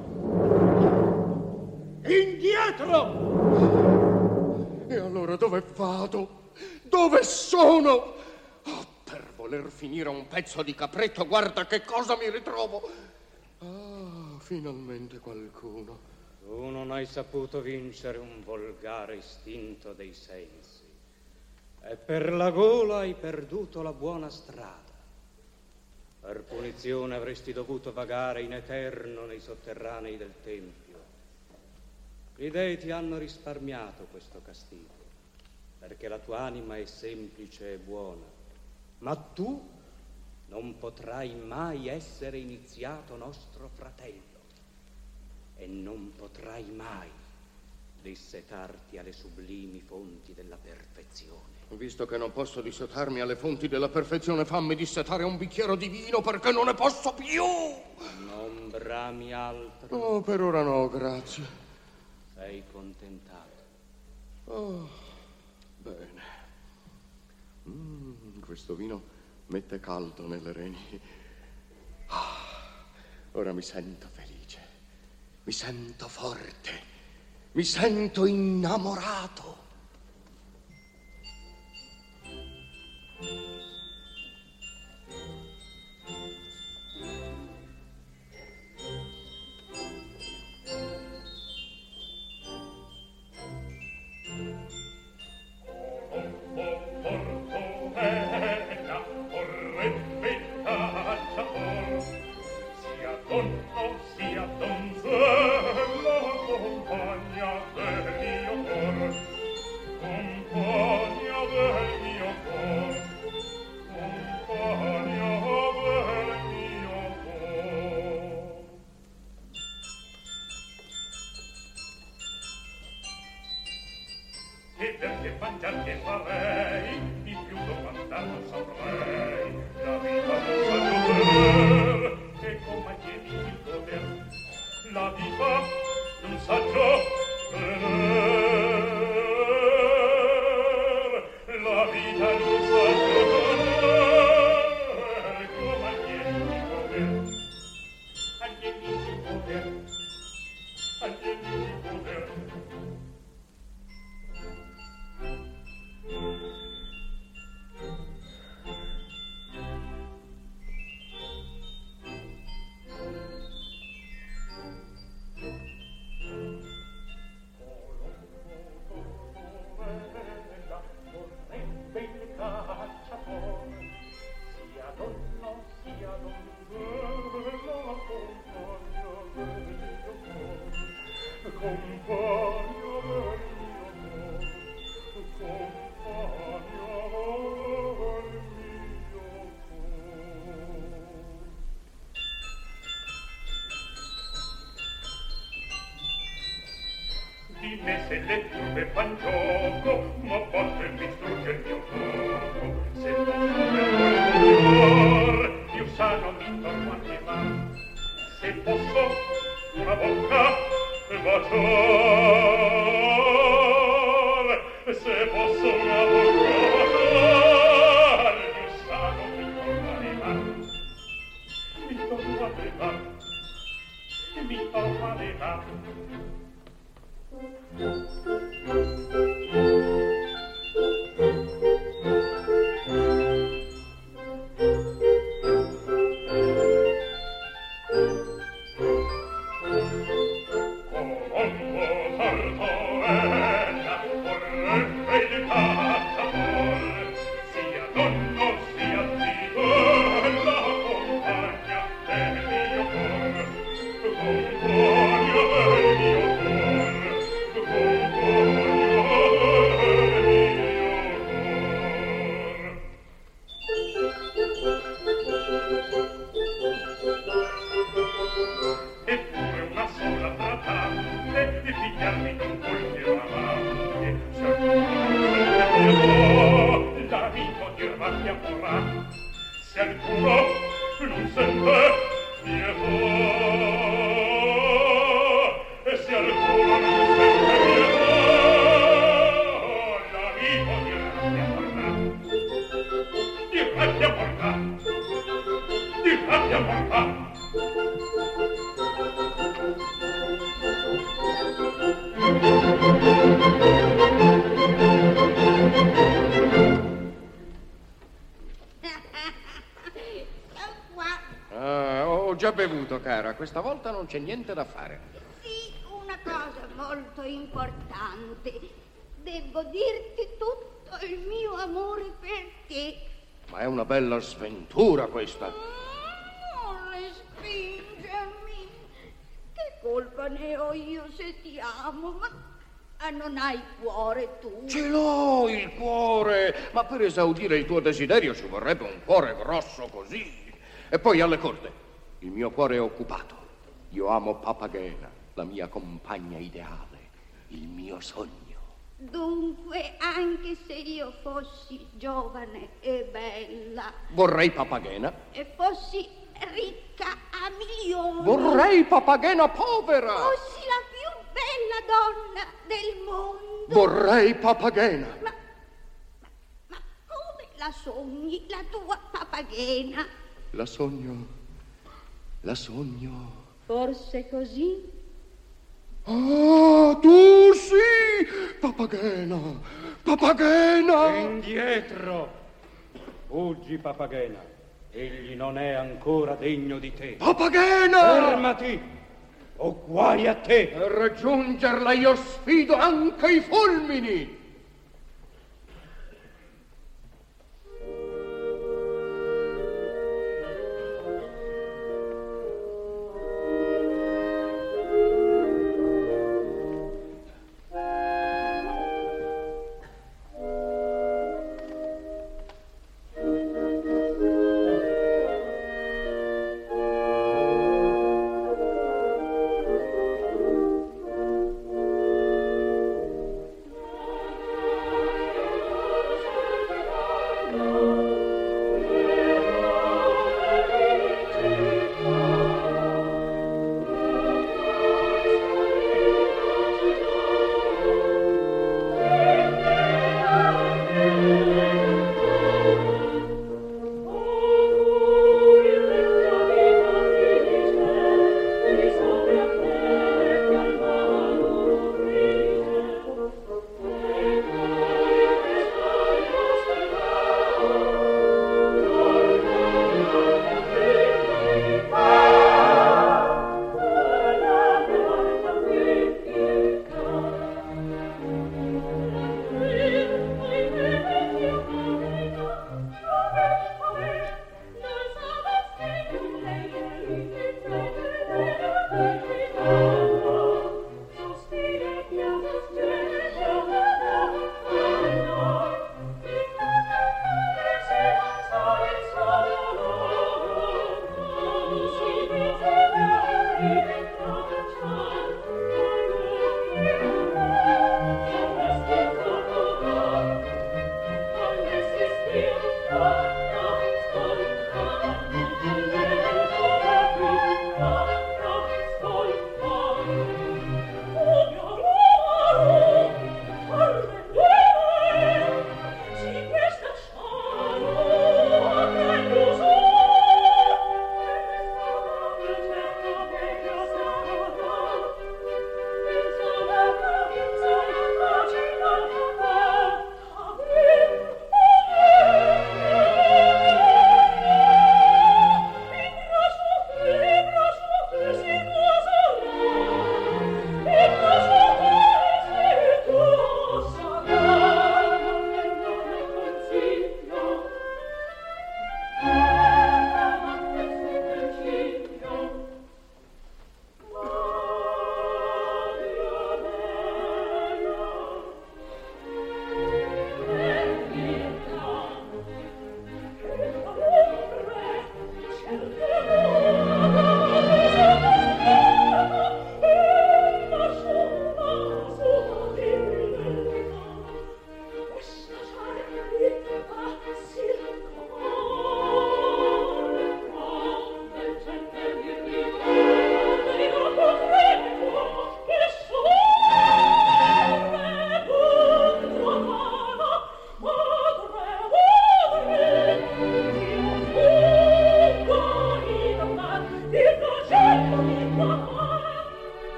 Indietro! E allora dove vado? Dove sono? Oh, per voler finire un pezzo di capretto, guarda che cosa mi ritrovo! Ah, finalmente qualcuno. Tu non hai saputo vincere un volgare istinto dei sensi. E per la gola hai perduto la buona strada. Per punizione avresti dovuto vagare in eterno nei sotterranei del Tempio. Gli dei ti hanno risparmiato questo castigo. perché la tua anima è semplice e buona, ma tu non potrai mai essere iniziato nostro fratello e non potrai mai dissetarti alle sublimi fonti della perfezione. Visto che non posso dissetarmi alle fonti della perfezione, fammi dissetare un bicchiere di vino, perché non ne posso più. Non brami altro. Oh, per ora no, grazie. Sei contentato? Oh, bene. Questo vino mette caldo nelle reni. Ora mi sento felice, mi sento forte, mi sento innamorato. Questa volta non c'è niente da fare. Sì, una cosa molto importante. Devo dirti tutto il mio amore per te. Ma è una bella sventura questa. Non respingermi. Che colpa ne ho io se ti amo? Ma non hai cuore tu? Ce l'ho il cuore, ma per esaudire il tuo desiderio ci vorrebbe un cuore grosso così. E poi alle corte, il mio cuore è occupato. Io amo Papagena, la mia compagna ideale, il mio sogno. Dunque, anche se io fossi giovane e bella... Vorrei Papagena. E fossi ricca a milioni... Vorrei Papagena povera. Fossi la più bella donna del mondo... Vorrei Papagena. Ma come la sogni, la tua Papagena? La sogno... Forse così? Ah, tu sì! Papagena! Indietro! Fuggi, Papagena. Egli non è ancora degno di te. Papagena! Fermati! O guai a te! Per raggiungerla io sfido anche i fulmini!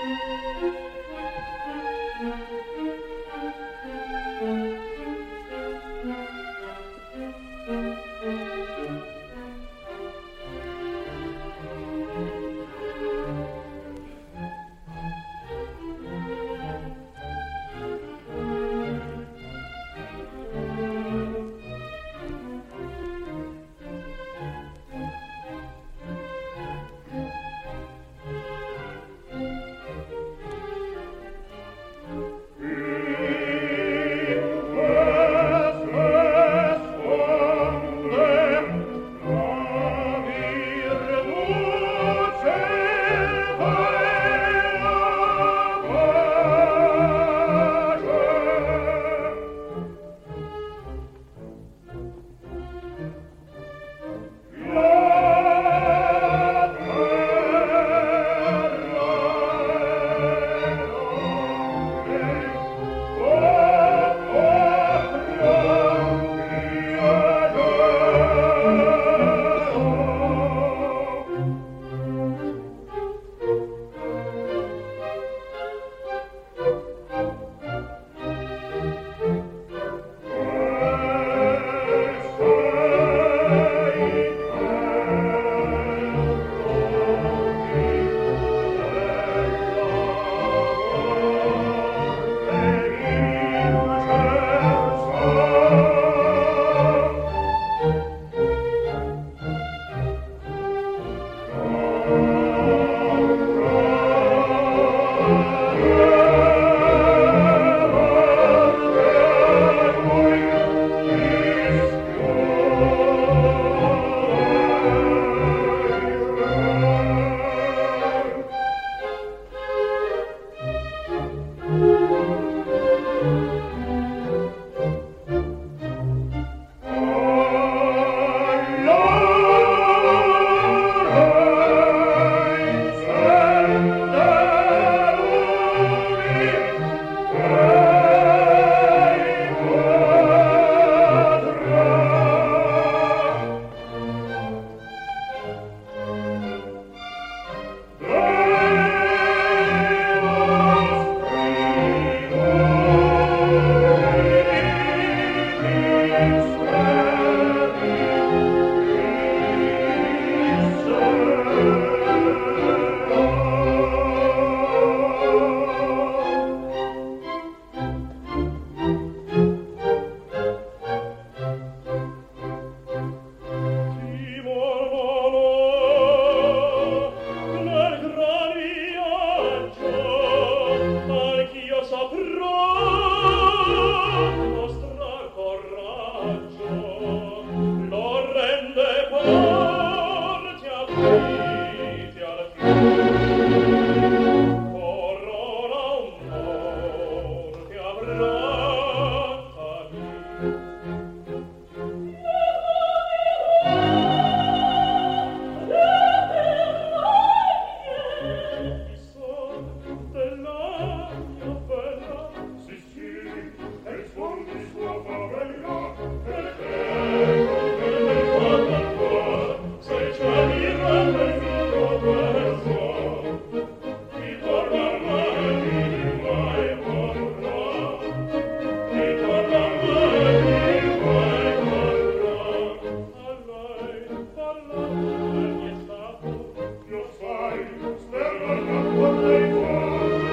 Lei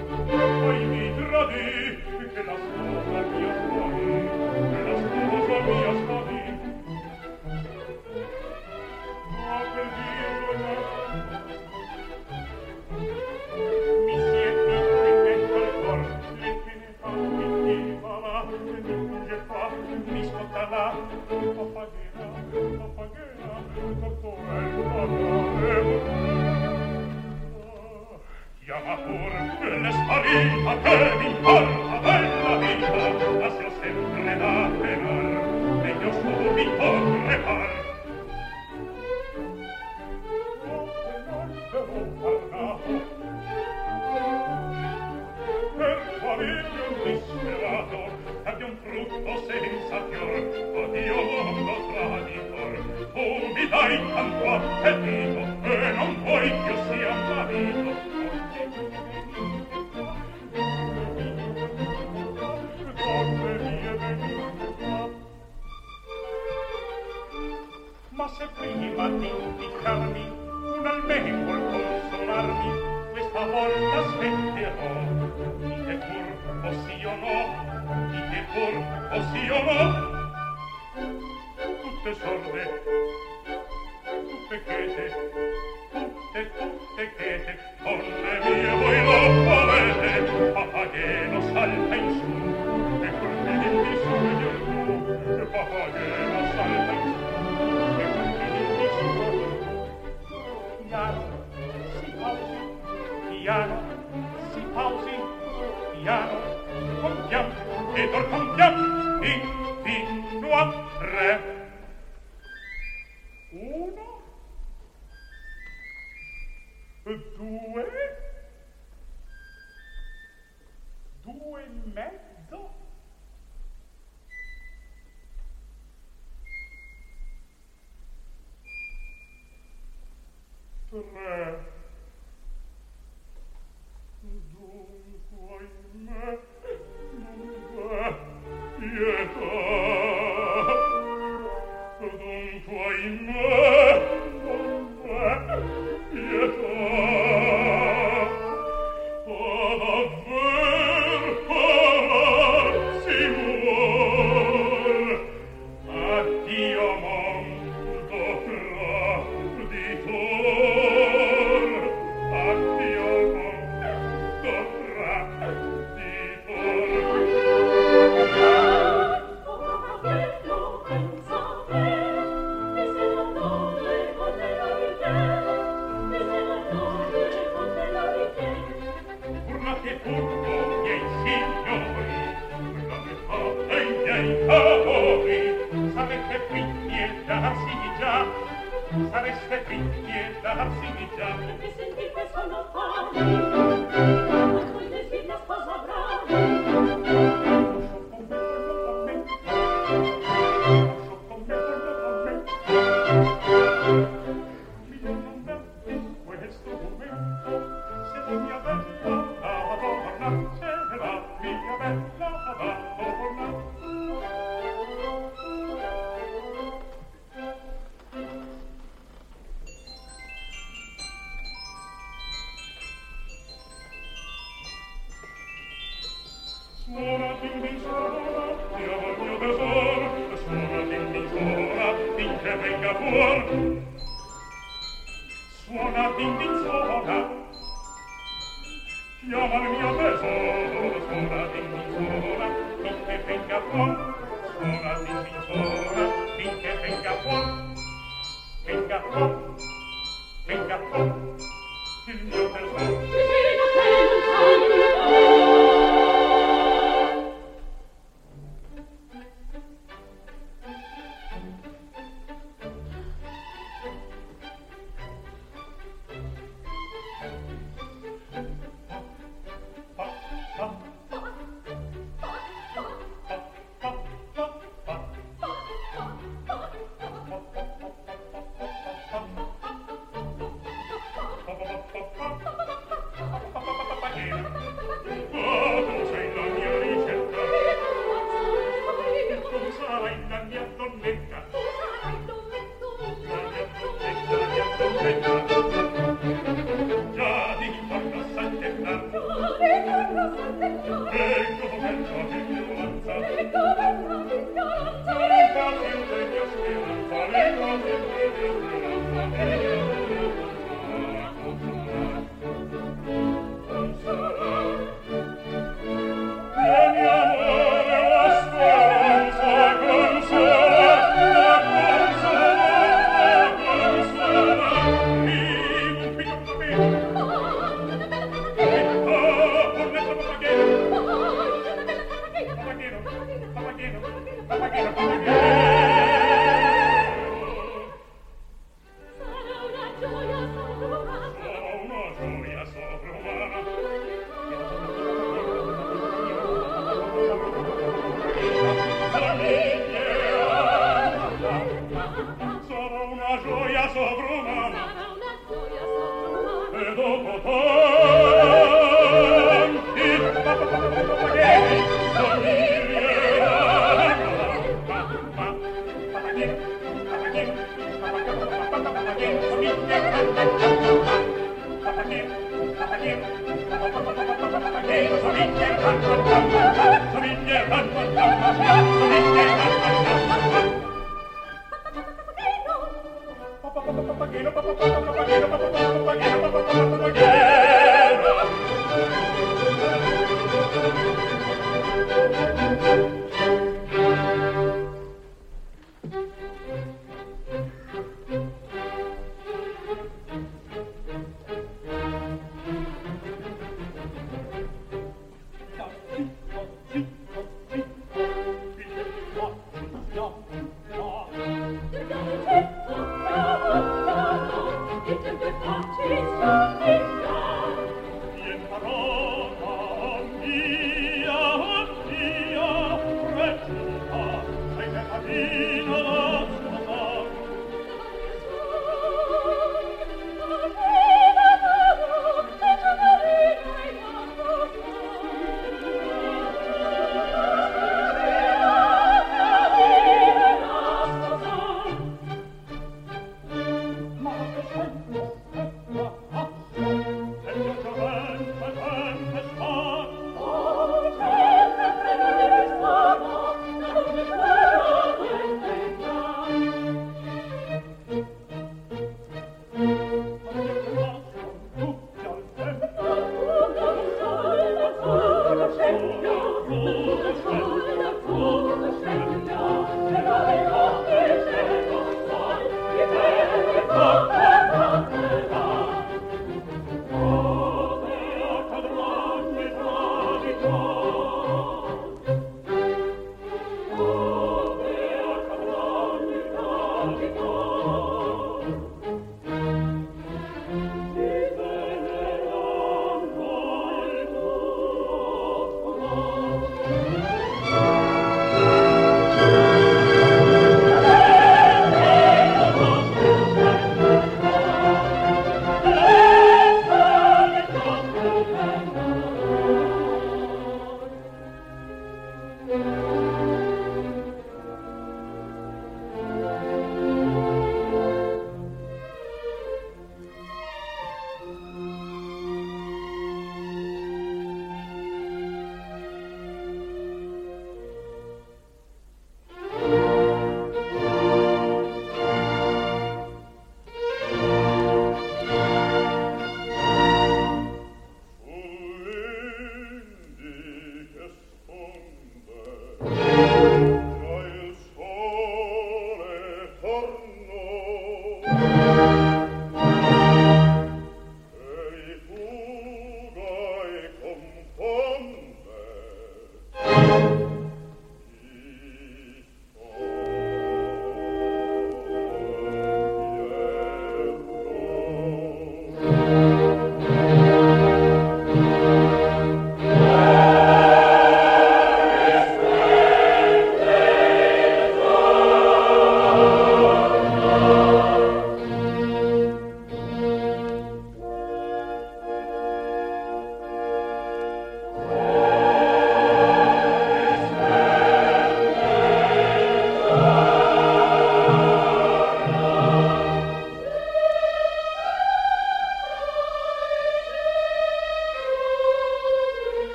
poi mi tradì, che la sposa mia sparì, che la sposa mia sparì. Ma per dirlo mi siedi in mezzo al cor, le che ne fa, mi va là, mi giunge qua, mi scotta là, papagena, tutto è pagare. Chiama pur le sparita che mi importa della vita, ma se ho sempre da penar, meglio subito crepar. Per famiglia un disperato, abbia un frutto senza fior, odio mondo traditor, tu mi dai tanto appetito, e non vuoi più sia marito. Ma se prima di impiccarmi un almeno vuol consolarmi, questa volta aspetterò. Dite pur o sì o no, dite pur o sì o no. Tutte sorde, tutte chete, tutte chete, con le mie voi lo volete. Papageno salta in su, e col piede di su e giù, Papageno salta in su. Piano, si pausi, piano, contiamo, e contiamo, fino a 3. 1, 2, 2 e mezzo, 3. Dunque in me non v'è pietà. Dunque in me non v'è pietà. Ad avver si vuol. Addio mondo traditor. Addio sareste fritti e darsi già, sareste fritti e darsi già. E sentite sono fami, ma con le figlie sposa bravi. Questo momento, se la mia bella Madonna, se la mia bella Madonna. Suona din suona, chiama il mio tesoro, suona din suona, finché venga fuor. Suona din suona, chiama il mio tesoro, suona din suona, finché venga fuor. Suona din suona, finché venga fuor. Venga fuor, venga fuor, il mio tesoro.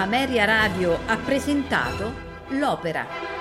Ameria Radio ha presentato l'opera